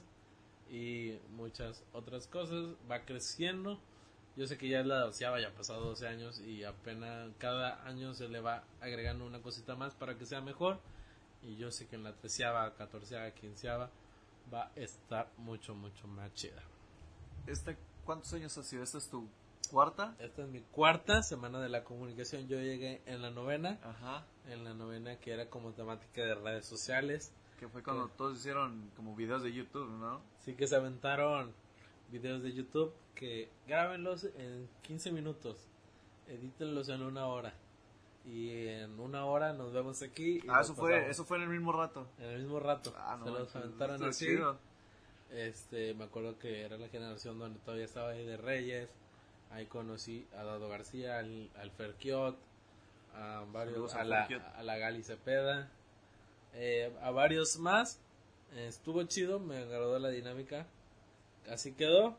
y muchas otras cosas. Va creciendo. Yo sé que ya es la doceava, ya ha pasado doce años y apenas cada año se le va agregando una cosita más para que sea mejor. Y yo sé que en la treceava, catorceava, quinceava va a estar mucho, mucho más chida. Este, ¿cuántos años ha sido? ¿Esta es tu cuarta? Esta es mi cuarta Semana de la Comunicación. Yo llegué en la novena, Ajá. en la novena que era como temática de redes sociales. Que fue cuando ¿Qué? todos hicieron como videos de YouTube, ¿no? Sí que se aventaron videos de YouTube que grábenlos en quince minutos, edítenlos en una hora y en una hora nos vemos aquí. Y Ah, nos eso fue, pasamos eso fue en el mismo rato. en el mismo rato. Ah, no, se los manches, aventaron estuvo así. chido. Este, me acuerdo que era la generación donde todavía estaba ahí de Reyes. Ahí conocí a Dado García, al, al Ferquiot, a varios, Saludos a al la, Ferquiot. a la Gali Cepeda, eh, a varios más. Eh, estuvo chido, me agradó la dinámica. Así quedó.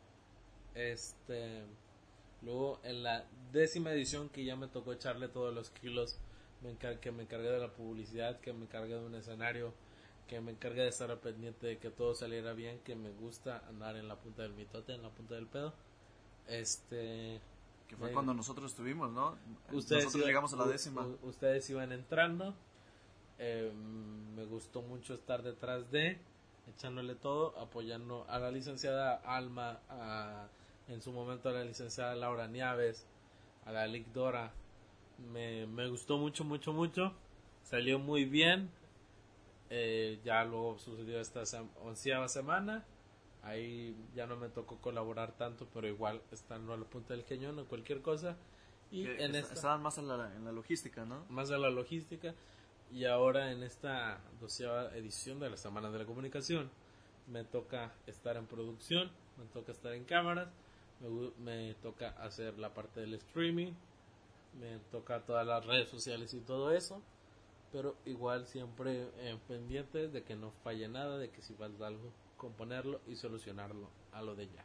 Este, luego en la décima edición que ya me tocó echarle todos los kilos, me encar- que me encargué de la publicidad, que me encargué de un escenario, que me encargue de estar al pendiente de que todo saliera bien, que me gusta andar en la punta del mitote, en la punta del pedo. Este... Que fue eh, cuando nosotros estuvimos, ¿no? Ustedes nosotros iban, llegamos a la u- décima. u- ustedes iban entrando. Eh, me gustó mucho estar detrás de, echándole todo, apoyando a la licenciada Alma, a, en su momento a la licenciada Laura Nieves, a la Lic Dora. Me, me gustó mucho, mucho, mucho. Salió muy bien. Eh, ya luego sucedió esta sem- onceava semana. Ahí ya no me tocó colaborar tanto, pero igual estando a la punta del cañón o cualquier cosa. Y Que en est- esta, estaban más en la, en la logística, ¿no? más de la logística. Y ahora en esta doceava edición de la Semana de la Comunicación me toca estar en producción, me toca estar en cámaras, me, gu- me toca hacer la parte del streaming, me toca todas las redes sociales y todo eso, pero igual siempre eh, pendientes de que no falle nada, de que si falta algo, componerlo y solucionarlo a lo de ya.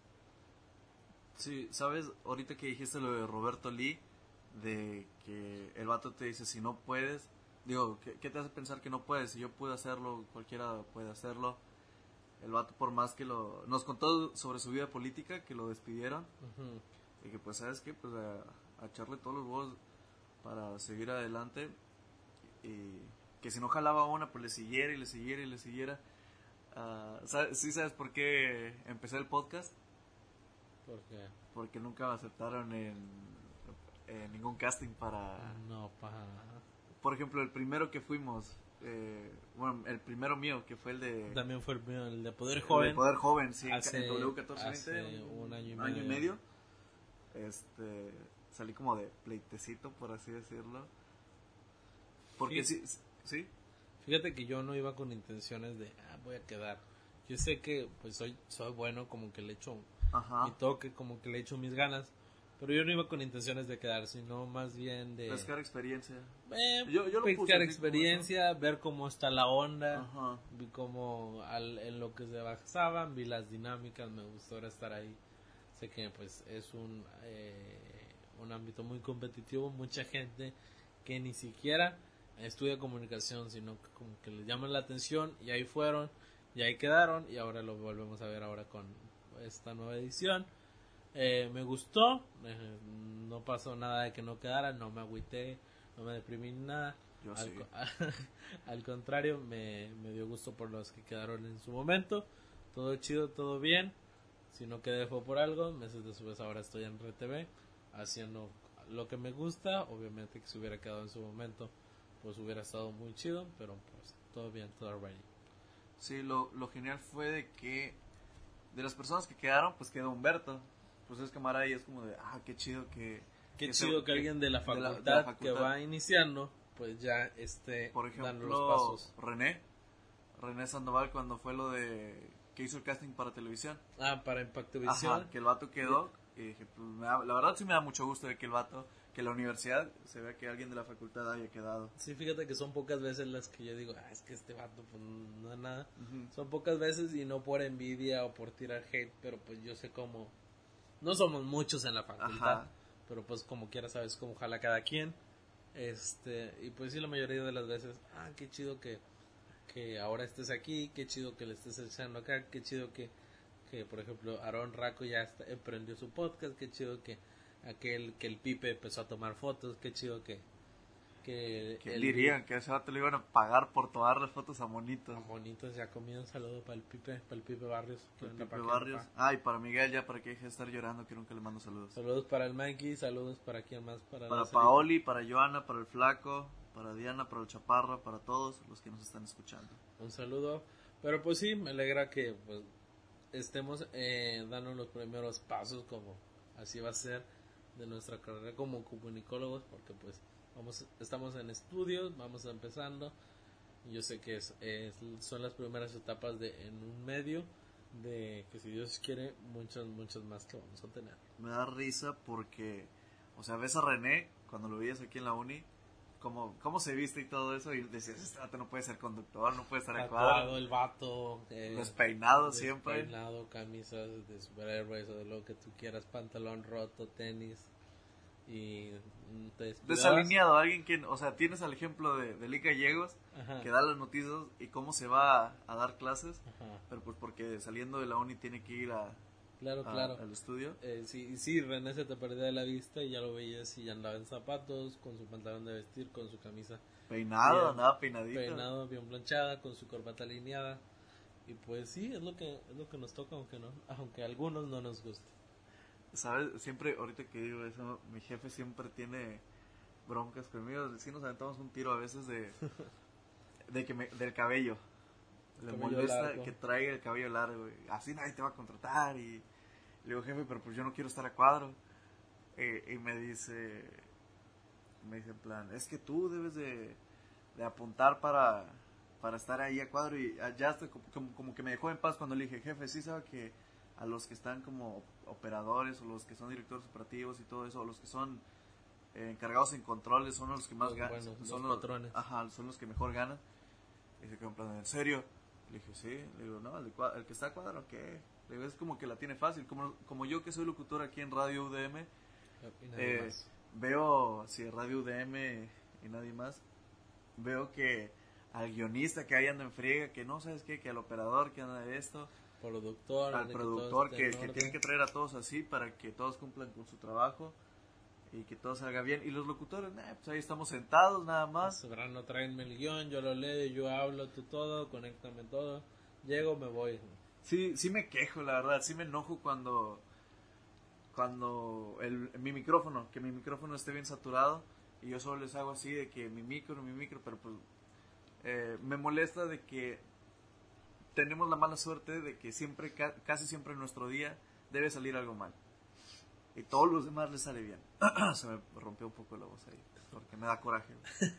Sí, ¿sabes? Ahorita que dijiste lo de Roberto Lee, de que el vato te dice si no puedes, digo, ¿qué, qué te hace pensar que no puedes? Si yo pude hacerlo, cualquiera puede hacerlo. El vato, por más que lo... Nos contó sobre su vida política, que lo despidieron, Ujú. y que pues, ¿sabes qué? Pues a, a echarle todos los huevos para seguir adelante, y que si no jalaba una, pues le siguiera y le siguiera y le siguiera. Ah, ¿sabes? ¿Sí sabes por qué empecé el podcast? Porque Porque nunca me aceptaron en, en ningún casting para... no pa Por ejemplo, el primero que fuimos, eh, bueno, el primero mío, que fue el de... también fue el mío, el de Poder el Joven. de Poder Joven, sí, en hace, en W catorce hace veinte, un año y medio. año y medio. Este, salí como de pleitecito, por así decirlo. Porque Sí. sí, sí, Fíjate que yo no iba con intenciones de, ah, voy a quedar. Yo sé que pues soy soy bueno, como que le echo ajá, mi toque, como que le echo mis ganas, pero yo no iba con intenciones de quedar, sino más bien de pescar experiencia. eh, Yo- yo lo pescar puse así como experiencia, ver cómo está la onda, Ajá. vi cómo al, en lo que se basaban, vi las dinámicas, me gustó ahora estar ahí. Sé que pues es un eh, un ámbito muy competitivo, mucha gente que ni siquiera estudia comunicación, sino que como que les llaman la atención y ahí fueron y ahí quedaron y ahora lo volvemos a ver ahora con esta nueva edición. Eh, me gustó, eh, no pasó nada de que no quedara, no me agüité, no me deprimí ni nada. Yo al, sí. co- al contrario, me, me dio gusto por los que quedaron en su momento. Todo chido, todo bien. Si no quedé fue por algo. Meses después ahora estoy en R T V haciendo lo que me gusta. Obviamente que si hubiera quedado en su momento pues hubiera estado muy chido, pero pues todo bien, todo ready. Sí, lo, lo genial fue de que de las personas que quedaron, pues quedó Humberto. Pues es camarada y es como de, ah, qué chido que... Qué que se- chido que alguien de la, de facultad, de la facultad. que va iniciando pues ya esté Por dando los ejemplo, pasos. René, René Sandoval cuando fue lo de que hizo el casting para televisión. Ah, para Impacto Visión. Ajá, que el vato quedó y dije, pues me da- la verdad sí me da mucho gusto de que el vato, que la universidad se vea que alguien de la facultad haya quedado. Sí, fíjate que son pocas veces las que yo digo, ah, es que este vato pues no es nada. Ujú. Son pocas veces y no por envidia o por tirar hate, pero pues yo sé cómo... No somos muchos en la facultad, Ajá. pero pues como quiera sabes cómo jala cada quien. Este, y pues sí, la mayoría de las veces, ah, qué chido que, que ahora estés aquí, qué chido que le estés echando acá, qué chido que, que por ejemplo, Aarón Raco ya está, emprendió su podcast, qué chido que aquel, que el Pipe empezó a tomar fotos, qué chido que... que ¿Quién el- diría que a ese vato le iban a pagar por tomarle fotos a monitos? Bonitos, ya comido un saludo para el Pipe, para el Pipe Barrios. que Para anda Pipe pa' acá, Barrios. pa. Ah, y para Miguel ya, para que deje de estar llorando, que nunca le mando saludos. Saludos para el Mikey, saludos para quien más, para, Para la Paoli, para Joana, para el Flaco, para Diana, para el Chaparro, para todos los que nos están escuchando. un saludo. Pero pues sí, me alegra que pues estemos eh, dando los primeros pasos como así va a ser de nuestra carrera como comunicólogos, porque pues vamos estamos en estudios, vamos empezando. Yo sé que es, es- son las primeras etapas de en un medio de que si Dios quiere muchas muchas más que vamos a tener. Me da risa porque, o sea, ves a René cuando lo veías aquí en la uni, cómo, cómo se viste y todo eso, y decías, este vato no puede ser conductor, no puede estar Tatuado actuado, el vato, eh, despeinado siempre. despeinado, camisas de superhéroes o de lo que tú quieras, pantalón roto, tenis y te descuidabas. Desalineado, alguien que, o sea, tienes al ejemplo de, de Lee Gallegos, Ajá. que da las noticias y cómo se va a, a dar clases, Ajá. pero pues porque saliendo de la uni tiene que ir a, Claro, a- claro. al estudio. Eh, sí, sí, René se te perdía de la vista y ya lo veías y ya andaba en zapatos, con su pantalón de vestir, con su camisa Peinado, bien andaba peinadito. peinado, bien planchada, con su corbata alineada. Y pues sí, es lo que es lo que nos toca, aunque no, aunque a algunos no nos guste. ¿Sabes? Siempre, ahorita que digo eso, mi jefe siempre tiene broncas conmigo. Sí nos aventamos un tiro a veces de, de que me, del cabello. Le Cabello molesta largo. que traiga el cabello largo. Y así nadie te va a contratar. Y le digo, jefe, pero pues yo no quiero estar a cuadro. Eh, y me dice, me dice en plan, es que tú debes de, de apuntar para, para estar ahí a cuadro. Y ya hasta como, como, como que me dejó en paz cuando le dije, jefe, sí sabe que a los que están como operadores o los que son directores operativos y todo eso, o los que son eh, encargados en controles son los que más Los ganan, buenos, son los patrones. Ajá, son los que mejor ganan. Y se quedó en plan, ¿en serio? Le dije, sí. Le digo, no, el, de cua- el que está a cuadro, ¿qué? Le digo, es como que la tiene fácil. Como, como yo que soy locutor aquí en Radio U D M, Y nadie eh, más. veo, si Radio U D M y nadie más, veo que al guionista que ahí anda en friega, que no sabes qué, que al operador que anda de esto, Productor, al de productor todo que, esté en que orden. tiene que traer a todos así para que todos cumplan con su trabajo y que todo salga bien. Y los locutores, nah, pues ahí estamos sentados nada más. Sobrano, tráenme el guión, yo lo leo, yo hablo, tú todo, conéctame todo. Llego, me voy. Sí, sí me quejo, la verdad, sí me enojo cuando cuando el, mi micrófono, que mi micrófono esté bien saturado y yo solo les hago así de que mi micro, mi micro, pero pues eh, me molesta de que tenemos la mala suerte de que siempre, ca- casi siempre en nuestro día debe salir algo mal. Y todos los demás les sale bien. Se me rompió un poco la voz ahí, porque me da coraje.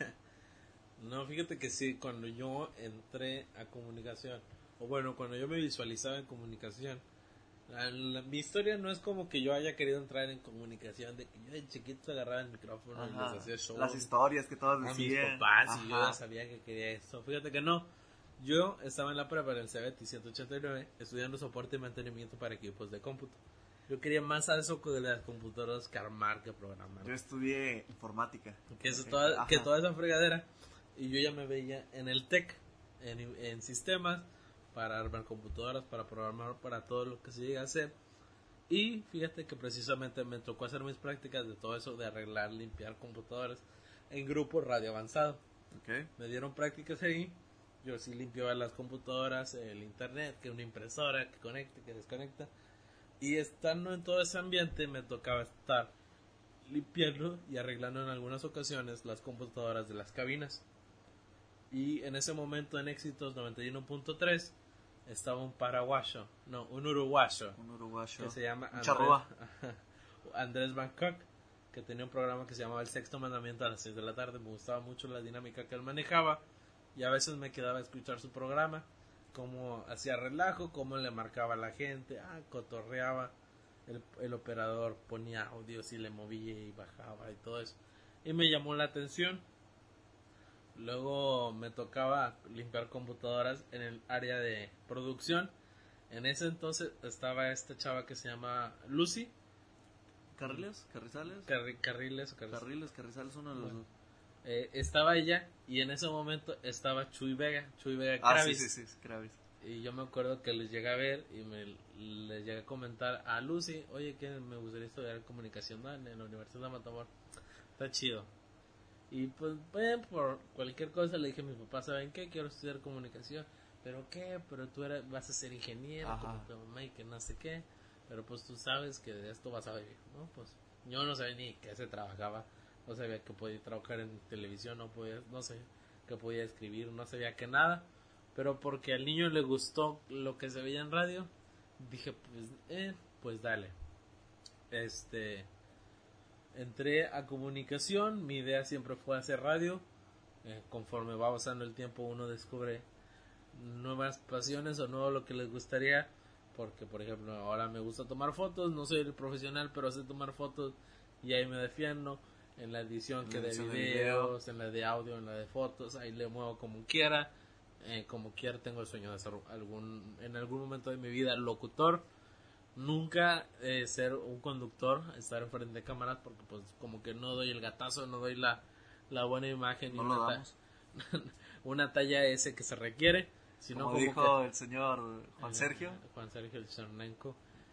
No, fíjate que sí, cuando yo entré a comunicación, o bueno, cuando yo me visualizaba en comunicación, la- la- mi historia no es como que yo haya querido entrar en comunicación, de que yo de chiquito agarraba el micrófono y Ajá, les hacía show las historias que todos a mis decían. papás y yo Ajá. ya sabía que quería esto. Fíjate que no. Yo estaba en la prepa en el C B T ciento ochenta y nueve estudiando soporte y mantenimiento para equipos de cómputo. Yo quería más a eso que de las computadoras que armar que programar. Yo estudié informática. Que, eso Ok, toda, ajá. que toda esa fregadera. Y yo ya me veía en el TEC, en, en sistemas, para armar computadoras, para programar, para todo lo que se llega a hacer. Y fíjate que precisamente me tocó hacer mis prácticas de todo eso, de arreglar, limpiar computadoras en grupo radio avanzado. Ok. Me dieron prácticas ahí. Yo sí limpiaba las computadoras, el internet, que una impresora, que conecta, que desconecta. Y estando en todo ese ambiente me tocaba estar limpiando y arreglando en algunas ocasiones las computadoras de las cabinas. Y en ese momento en Éxitos noventa y uno punto tres estaba un paraguayo, no, un uruguayo, Un uruguayo. que se llama Un Andrés, charrúa. Andrés Bangkok, que tenía un programa que se llamaba El Sexto Mandamiento a las seis de la tarde. Me gustaba mucho la dinámica que él manejaba y a veces me quedaba a escuchar su programa, cómo hacía relajo, cómo le marcaba a la gente, ah, cotorreaba, el, el operador ponía audios y le movía y bajaba y todo eso. Y me llamó la atención. Luego me tocaba limpiar computadoras en el área de producción. En ese entonces estaba esta chava que se llama Lucy. ¿Carriles? ¿Carrizales? Carri- Carriles o Carriles. Carriles, Carrizales, uno de los Bueno. dos. Eh, estaba ella y en ese momento estaba Chuy Vega, Chuy Vega Ah, sí, Kravis. sí, sí, sí, Kravis. Y yo me acuerdo que les llegué a ver y me les llegué a comentar a Lucy, oye, que me gustaría estudiar comunicación, ¿no? En la Universidad de Matamoros. Está chido. Y pues, bueno, por cualquier cosa le dije a mis papás, ¿saben qué? Quiero estudiar comunicación. ¿Pero qué? Pero tú eres, vas a ser ingeniero, Ajá. como tu mamá y que no sé qué. Pero pues tú sabes que de esto vas a vivir, ¿no? Pues yo no sabía ni qué se trabajaba. No sabía que podía trabajar en televisión, no podía, no sé, que podía escribir, no sabía que nada. Pero porque al niño le gustó lo que se veía en radio, dije, pues, eh, pues dale. Este, entré a comunicación, mi idea siempre fue hacer radio. Eh, conforme va pasando el tiempo uno descubre nuevas pasiones o nuevo lo que les gustaría. Porque, por ejemplo, ahora me gusta tomar fotos, no soy el profesional, pero sé tomar fotos y ahí me defiendo. En la edición En que la de edición de videos, en la de audio, en la de fotos, ahí le muevo como quiera. Eh, como quiera tengo el sueño de ser algún, en algún momento de mi vida locutor. Nunca eh, ser un conductor, estar enfrente de cámaras, porque pues como que no doy el gatazo, no doy la, la buena imagen No y lo una, damos. ta- una talla S que se requiere. Sino Como, como dijo que, el señor Juan eh, Sergio. Juan Sergio Chernenko,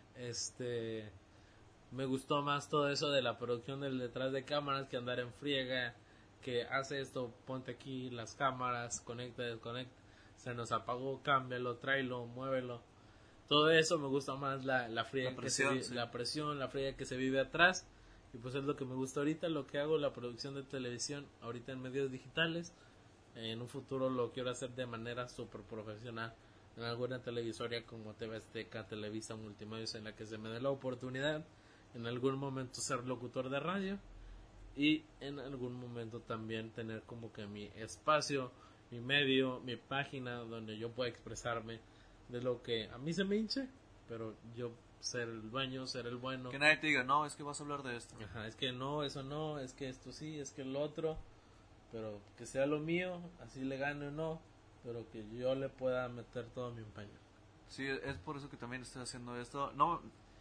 este, me gustó más todo eso de la producción del detrás de cámaras que andar en friega, que hace esto, ponte aquí las cámaras, conecta, desconecta, se nos apagó, cámbialo, tráelo, muévelo. Todo eso me gusta más, la, la friega La que se presión, vi- sí. la presión, la friega que se vive atrás. Y pues es lo que me gusta ahorita, lo que hago, la producción de televisión ahorita en medios digitales. En un futuro lo quiero hacer de manera súper profesional en alguna televisoria como T V Azteca, Televisa, Multimedios, en la que se me dé la oportunidad en algún momento ser locutor de radio y en algún momento también tener como que mi espacio, mi medio, mi página donde yo pueda expresarme de lo que a mí se me hinche, pero yo ser el dueño, ser el bueno. Que nadie te diga, no, es que vas a hablar de esto. Ajá, es que no, eso no, es que esto sí, es que lo otro, pero que sea lo mío, así le gane o no, pero que yo le pueda meter todo mi empeño. Sí, es por eso que también estoy haciendo esto. No,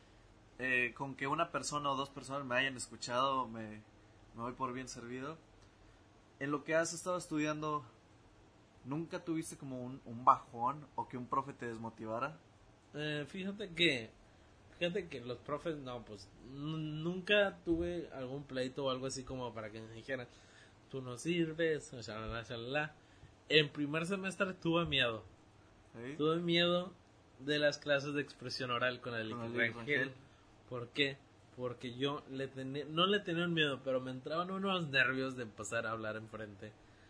eh, con que una persona o dos personas me hayan escuchado, me, me voy por bien servido. En lo que has estado estudiando, ¿nunca tuviste como un, un bajón o que un profe te desmotivara? Eh, fíjate que, fíjate que los profes, no, pues n- nunca tuve algún pleito o algo así como para que me dijeran, tú no sirves, shalala, shalala. En primer semestre tuve miedo, ¿Sí? tuve miedo de las clases de expresión oral con el Con el Rangel. Rangel. ¿Por qué? Porque yo le tenía, no le tenía un miedo, pero me entraban unos nervios de empezar a hablar enfrente.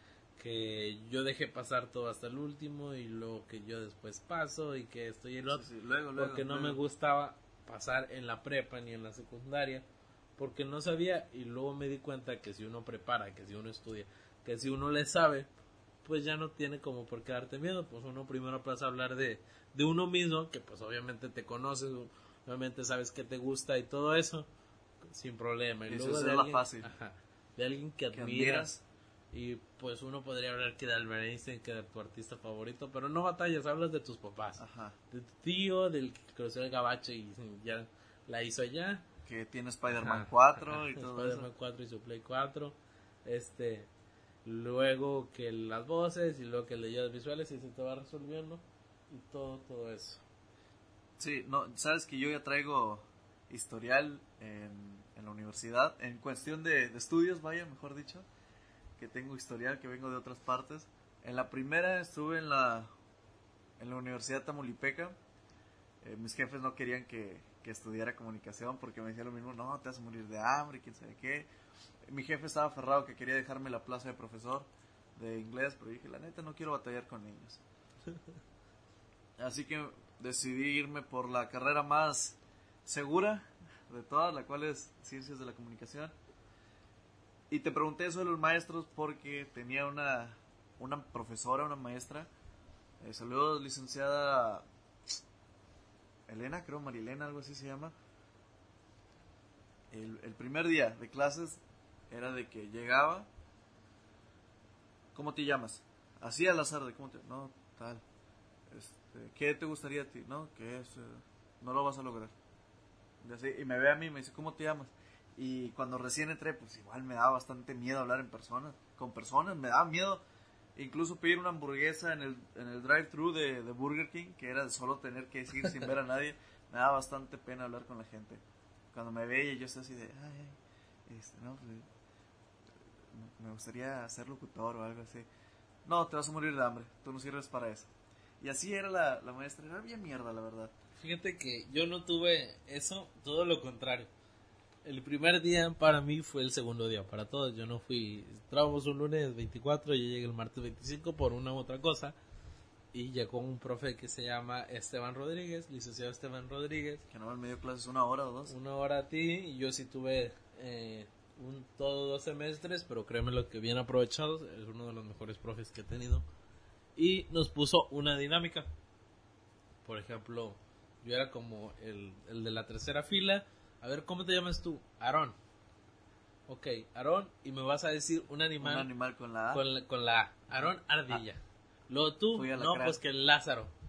Que yo dejé pasar todo hasta el último y luego que yo después paso y que esto y el otro. Sí, sí, luego, luego, Porque no luego. me gustaba pasar en la prepa ni en la secundaria. Porque no sabía y luego me di cuenta que si uno prepara, que si uno estudia, que si uno le sabe, pues ya no tiene como por qué darte miedo. Pues uno primero pasa a hablar de, de uno mismo, que pues obviamente te conoces, obviamente sabes que te gusta y todo eso, sin problema. Y Eso luego es de la alguien, fácil. ajá, de alguien que Que admiras. admiras. Y pues uno podría hablar que de Albert Einstein, que de tu artista favorito, pero no batallas, hablas de tus papás. Ajá. De tu tío, del que creció el gabacho y ya la hizo allá. Que tiene Spider-Man Ajá, cuatro ajá, y todo Spider-Man eso. cuatro y su Play cuatro. Este, luego que las voces y luego que leías visuales y se te va resolviendo. Y todo, todo eso. Sí, no, sabes que yo ya traigo historial en, en la universidad, en cuestión de, de estudios, vaya, mejor dicho, que tengo historial, que vengo de otras partes. En la primera estuve en la, en la Universidad Tamaulipeca. Eh, mis jefes no querían que, que estudiara comunicación porque me decían lo mismo, no, te vas a morir de hambre, quién sabe qué. Mi jefe estaba aferrado que quería dejarme la plaza de profesor de inglés, pero dije, la neta, no quiero batallar con niños. Así que decidí irme por la carrera más segura de todas, la cual es Ciencias de la Comunicación. Y te pregunté eso de los maestros porque tenía una, una profesora, una maestra. Eh, saludos, licenciada Elena, creo, Marilena, algo así se llama. El, el primer día de clases era de que llegaba. ¿Cómo te llamas? Así al azar, de cómo te... No, tal. Este, ¿qué te gustaría a ti? No, que es... Eh, no lo vas a lograr. Y, así, y me ve a mí y me dice, ¿cómo te llamas? Y cuando recién entré, pues igual me daba bastante miedo hablar en persona, con personas, me daba miedo incluso pedir una hamburguesa en el, en el drive-thru de, de Burger King, que era de solo tener que decir sin ver a nadie, me daba bastante pena hablar con la gente. Cuando me veía yo estaba así de, ay, ay, este, no, pues, me gustaría ser locutor o algo así. No, te vas a morir de hambre, tú no sirves para eso. Y así era la, la maestra, era bien mierda, la verdad. Fíjate que yo no tuve eso, todo lo contrario. El primer día para mí fue el segundo día, para todos. Yo no fui, entrábamos un lunes veinticuatro, yo llegué el martes veinticinco por una u otra cosa. Y llegó un profe que se llama Esteban Rodríguez, licenciado Esteban Rodríguez. Que no me dio clases una hora o dos. Una hora a ti, y yo sí tuve eh, un, todo dos semestres, pero créeme lo que bien aprovechados, es uno de los mejores profes que he tenido. Y nos puso una dinámica. Por ejemplo, yo era como el, el de la tercera fila. A ver, ¿cómo te llamas tú? Aarón. Ok, Aarón, y me vas a decir un animal. Un animal con la A. Con la, con la A. Aarón Ardilla. Ah. Luego tú, Fui a la no, crack. pues que el Lázaro.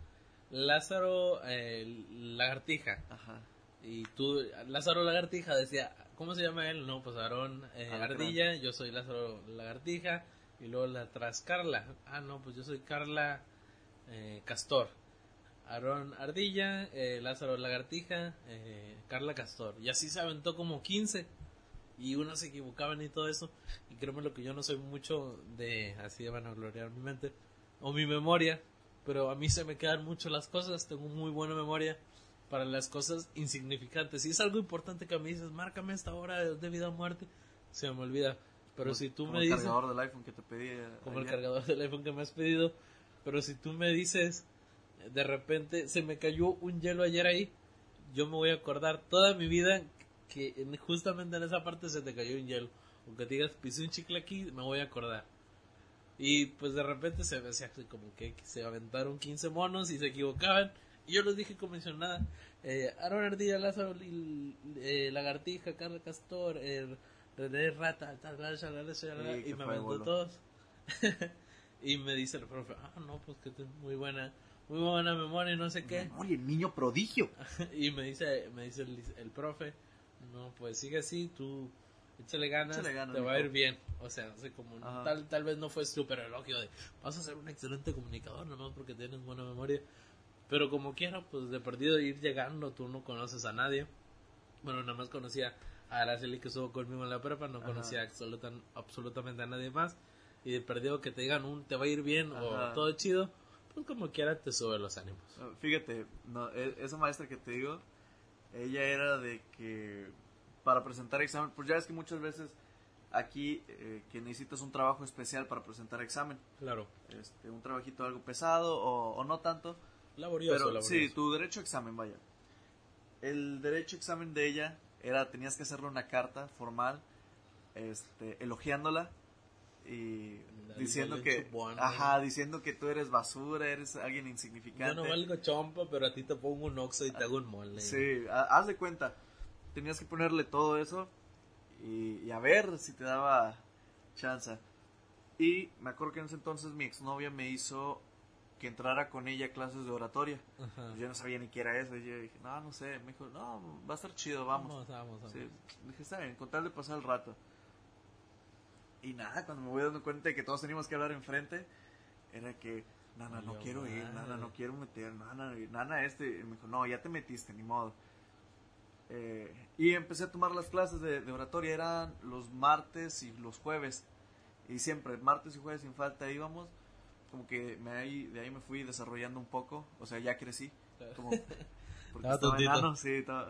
Lázaro eh, Lagartija. Ajá. Y tú, Lázaro Lagartija decía, ¿cómo se llama él? No, pues Aarón eh, Ardilla, yo soy Lázaro Lagartija. Y luego la atrás Carla. Ah, no, pues yo soy Carla eh, Castor. Aarón Ardilla, eh, Lázaro Lagartija, eh, Carla Castor. Y así se aventó como quince. Y unos se equivocaban y todo eso. Y créeme lo que yo no soy mucho de así de vanagloriar mi mente o mi memoria. Pero a mí se me quedan mucho las cosas. Tengo muy buena memoria para las cosas insignificantes. Si es algo importante que me dices, márcame esta hora de vida o muerte, se me olvida. Pero como, si tú como me el dices... cargador del iPhone que te pedí Como ayer. el cargador del iPhone que me has pedido. Pero si tú me dices, de repente se me cayó un hielo ayer ahí, yo me voy a acordar toda mi vida que justamente en esa parte se te cayó un hielo. O que te digas, pisé un chicle aquí, me voy a acordar. Y pues de repente se me hacía como que se aventaron quince monos y se equivocaban. Y yo les dije como si nada. Eh, Aarón Ardilla, Lázaro eh, Lagartija, Carla Castor, eh, René Rata, tal, tal, tal, tal, tal, y me aventó todos. Y me dice el profe, ah, no, pues que es muy buena, muy buena memoria y no sé qué. Memoria, el niño prodigio. Y me dice, me dice el, el profe, no, pues sigue así, tú échale ganas, échale ganas te va a ir bien. O sea, no sé, como tal, tal vez no fue súper elogio de, vas a ser un excelente comunicador, nomás porque tienes buena memoria. Pero como quiera, pues de perdido ir llegando, tú no conoces a nadie. Bueno, nada más conocía a Araceli que estuvo conmigo en la prepa, no conocía absoluta, absolutamente a nadie más. Y de perdido que te digan un te va a ir bien Ajá. o todo chido, pues como quiera te sube los ánimos. Fíjate, no, esa maestra que te digo, ella era de que para presentar examen, pues ya ves que muchas veces aquí eh, que necesitas un trabajo especial para presentar examen. Claro. Este, un trabajito algo pesado o, o no tanto. Laborioso, pero, laborioso. Sí, tu derecho a examen, vaya. El derecho a examen de ella era, tenías que hacerle una carta formal, este, elogiándola y Dale, diciendo que, chupón, ajá, diciendo que tú eres basura, eres alguien insignificante. Yo no valgo chompa, pero a ti te pongo un oxo y te hago un mole. Sí, a, haz de cuenta, tenías que ponerle todo eso y, y a ver si te daba chance. Y me acuerdo que en ese entonces mi exnovia me hizo que entrara con ella a clases de oratoria. Pues yo no sabía ni qué era eso. Y yo dije, no, no sé. Me dijo, no, va a estar chido, vamos. Vamos, vamos, vamos. Sí. Dije, está bien, con tal de pasar el rato. Y nada, cuando me voy dando cuenta de que todos teníamos que hablar enfrente, era que, Nana, no Dios quiero madre. ir, Nana, no quiero meter, Nana, Nana, este. Y me dijo, no, ya te metiste, ni modo. Eh, y empecé a tomar las clases de, de oratoria. Eran los martes y los jueves. Y siempre, martes y jueves sin falta íbamos. Como que me ahí, de ahí me fui desarrollando un poco. O sea, ya crecí. Como, porque estaba enano, sí, estaba.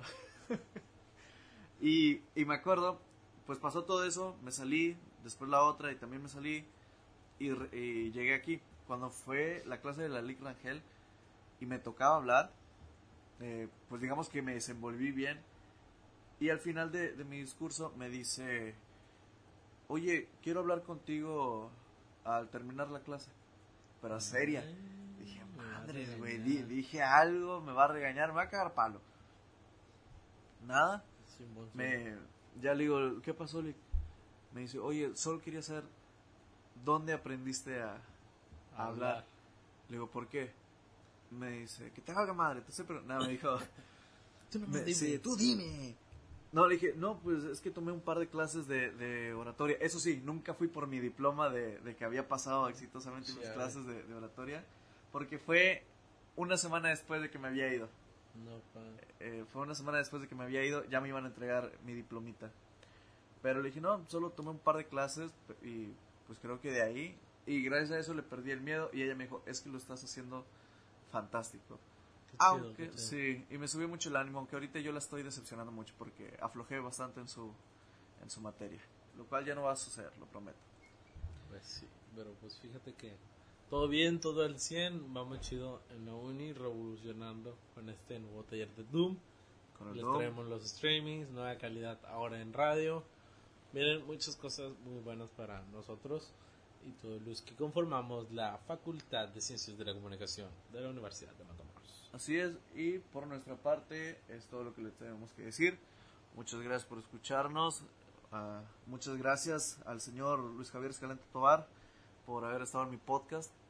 y, y me acuerdo, pues pasó todo eso, me salí, después la otra y también me salí. Y, y llegué aquí. Cuando fue la clase de la Lic Rangel y me tocaba hablar, eh, pues digamos que me desenvolví bien. Y al final de, de mi discurso me dice, oye, quiero hablar contigo al terminar la clase. Pero seria. Dije, madre, güey, di, dije algo, me va a regañar, me va a cagar palo. Nada. Sí, bon, sí. Me, ya le digo, ¿qué pasó? Me dice, oye, solo quería saber dónde aprendiste a, a, a hablar. hablar. Le digo, ¿por qué? Me dice, que te haga madre. Te pero nada, me dijo, tú, no me me, dime. Sí, tú dime. No, le dije, no, pues es que tomé un par de clases de, de oratoria. Eso sí, nunca fui por mi diploma de, de que había pasado exitosamente sí, mis clases de, de oratoria. Porque fue una semana después de que me había ido. No, pa. Eh, fue una semana después de que me había ido, ya me iban a entregar mi diplomita. Pero le dije, no, solo tomé un par de clases y pues creo que de ahí. Y gracias a eso le perdí el miedo y ella me dijo, es que lo estás haciendo fantástico. Chido, aunque sí, y me subió mucho el ánimo, aunque ahorita yo la estoy decepcionando mucho porque aflojé bastante en su en su materia, lo cual ya no va a suceder, lo prometo. Pues sí, pero pues fíjate que todo bien, todo al cien, vamos chido en la uni, revolucionando con este nuevo taller de Doom. Con el Les Doom. Traemos los streamings, nueva calidad ahora en radio. Miren, muchas cosas muy buenas para nosotros y todos los que conformamos la Facultad de Ciencias de la Comunicación de la Universidad de Matamoros. Así es, y por nuestra parte es todo lo que les tenemos que decir. Muchas gracias por escucharnos. Uh, muchas gracias al señor Luis Javier Escalante Tobar por haber estado en mi podcast.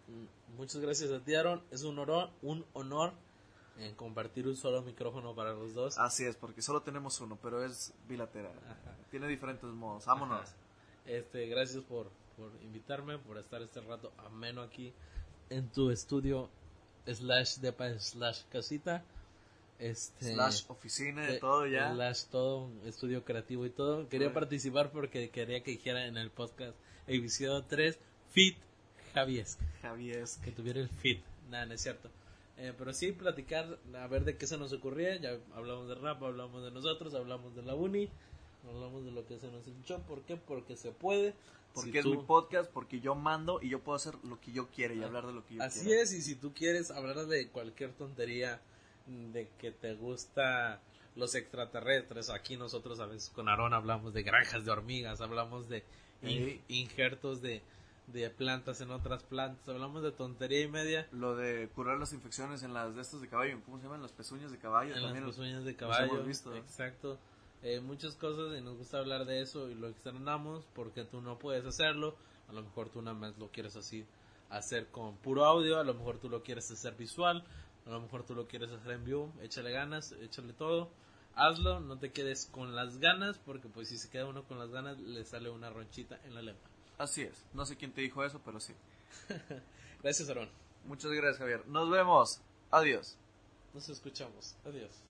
Muchas gracias a ti, Aaron. Es un honor, un honor en compartir un solo micrófono para los dos. Así es, porque solo tenemos uno, pero es bilateral. Ajá. Tiene diferentes modos. Vámonos. Ajá. Este, gracias por, por invitarme, por estar este rato ameno aquí en tu estudio slash depa slash casita. Este, slash oficina y todo ya. Slash todo, estudio creativo y todo. Quería sí. participar porque quería que dijera en el podcast episodio tres, Fit Javiesca. Javiesca. Que tuviera el fit. Nada, no es cierto. Eh, pero sí, platicar, a ver de qué se nos ocurría. Ya hablamos de rap, hablamos de nosotros, hablamos de la uni, hablamos de lo que se nos hinchó. ¿Por qué? Porque se puede. Porque si es tú... mi podcast, porque yo mando y yo puedo hacer lo que yo quiera y ah, hablar de lo que yo así quiera. Así es, y si tú quieres hablar de cualquier tontería, de que te gusta los extraterrestres, aquí nosotros a veces con Aarón hablamos de granjas de hormigas, hablamos de in- injertos de... de plantas en otras plantas, hablamos de tontería y media. Lo de curar las infecciones en las de estos de caballo, ¿cómo se llaman? Las pezuñas de caballo. En también las pezuñas de caballo, hemos visto, ¿eh? Exacto. Eh, muchas cosas y nos gusta hablar de eso y lo externamos porque tú no puedes hacerlo. A lo mejor tú nada más lo quieres así hacer con puro audio, a lo mejor tú lo quieres hacer visual, a lo mejor tú lo quieres hacer en vivo. Échale ganas, échale todo. Hazlo, no te quedes con las ganas porque pues si se queda uno con las ganas le sale una ronchita en la lengua. Así es, no sé quién te dijo eso, pero sí. Gracias, Aaron. Muchas gracias, Javier. Nos vemos. Adiós. Nos escuchamos. Adiós.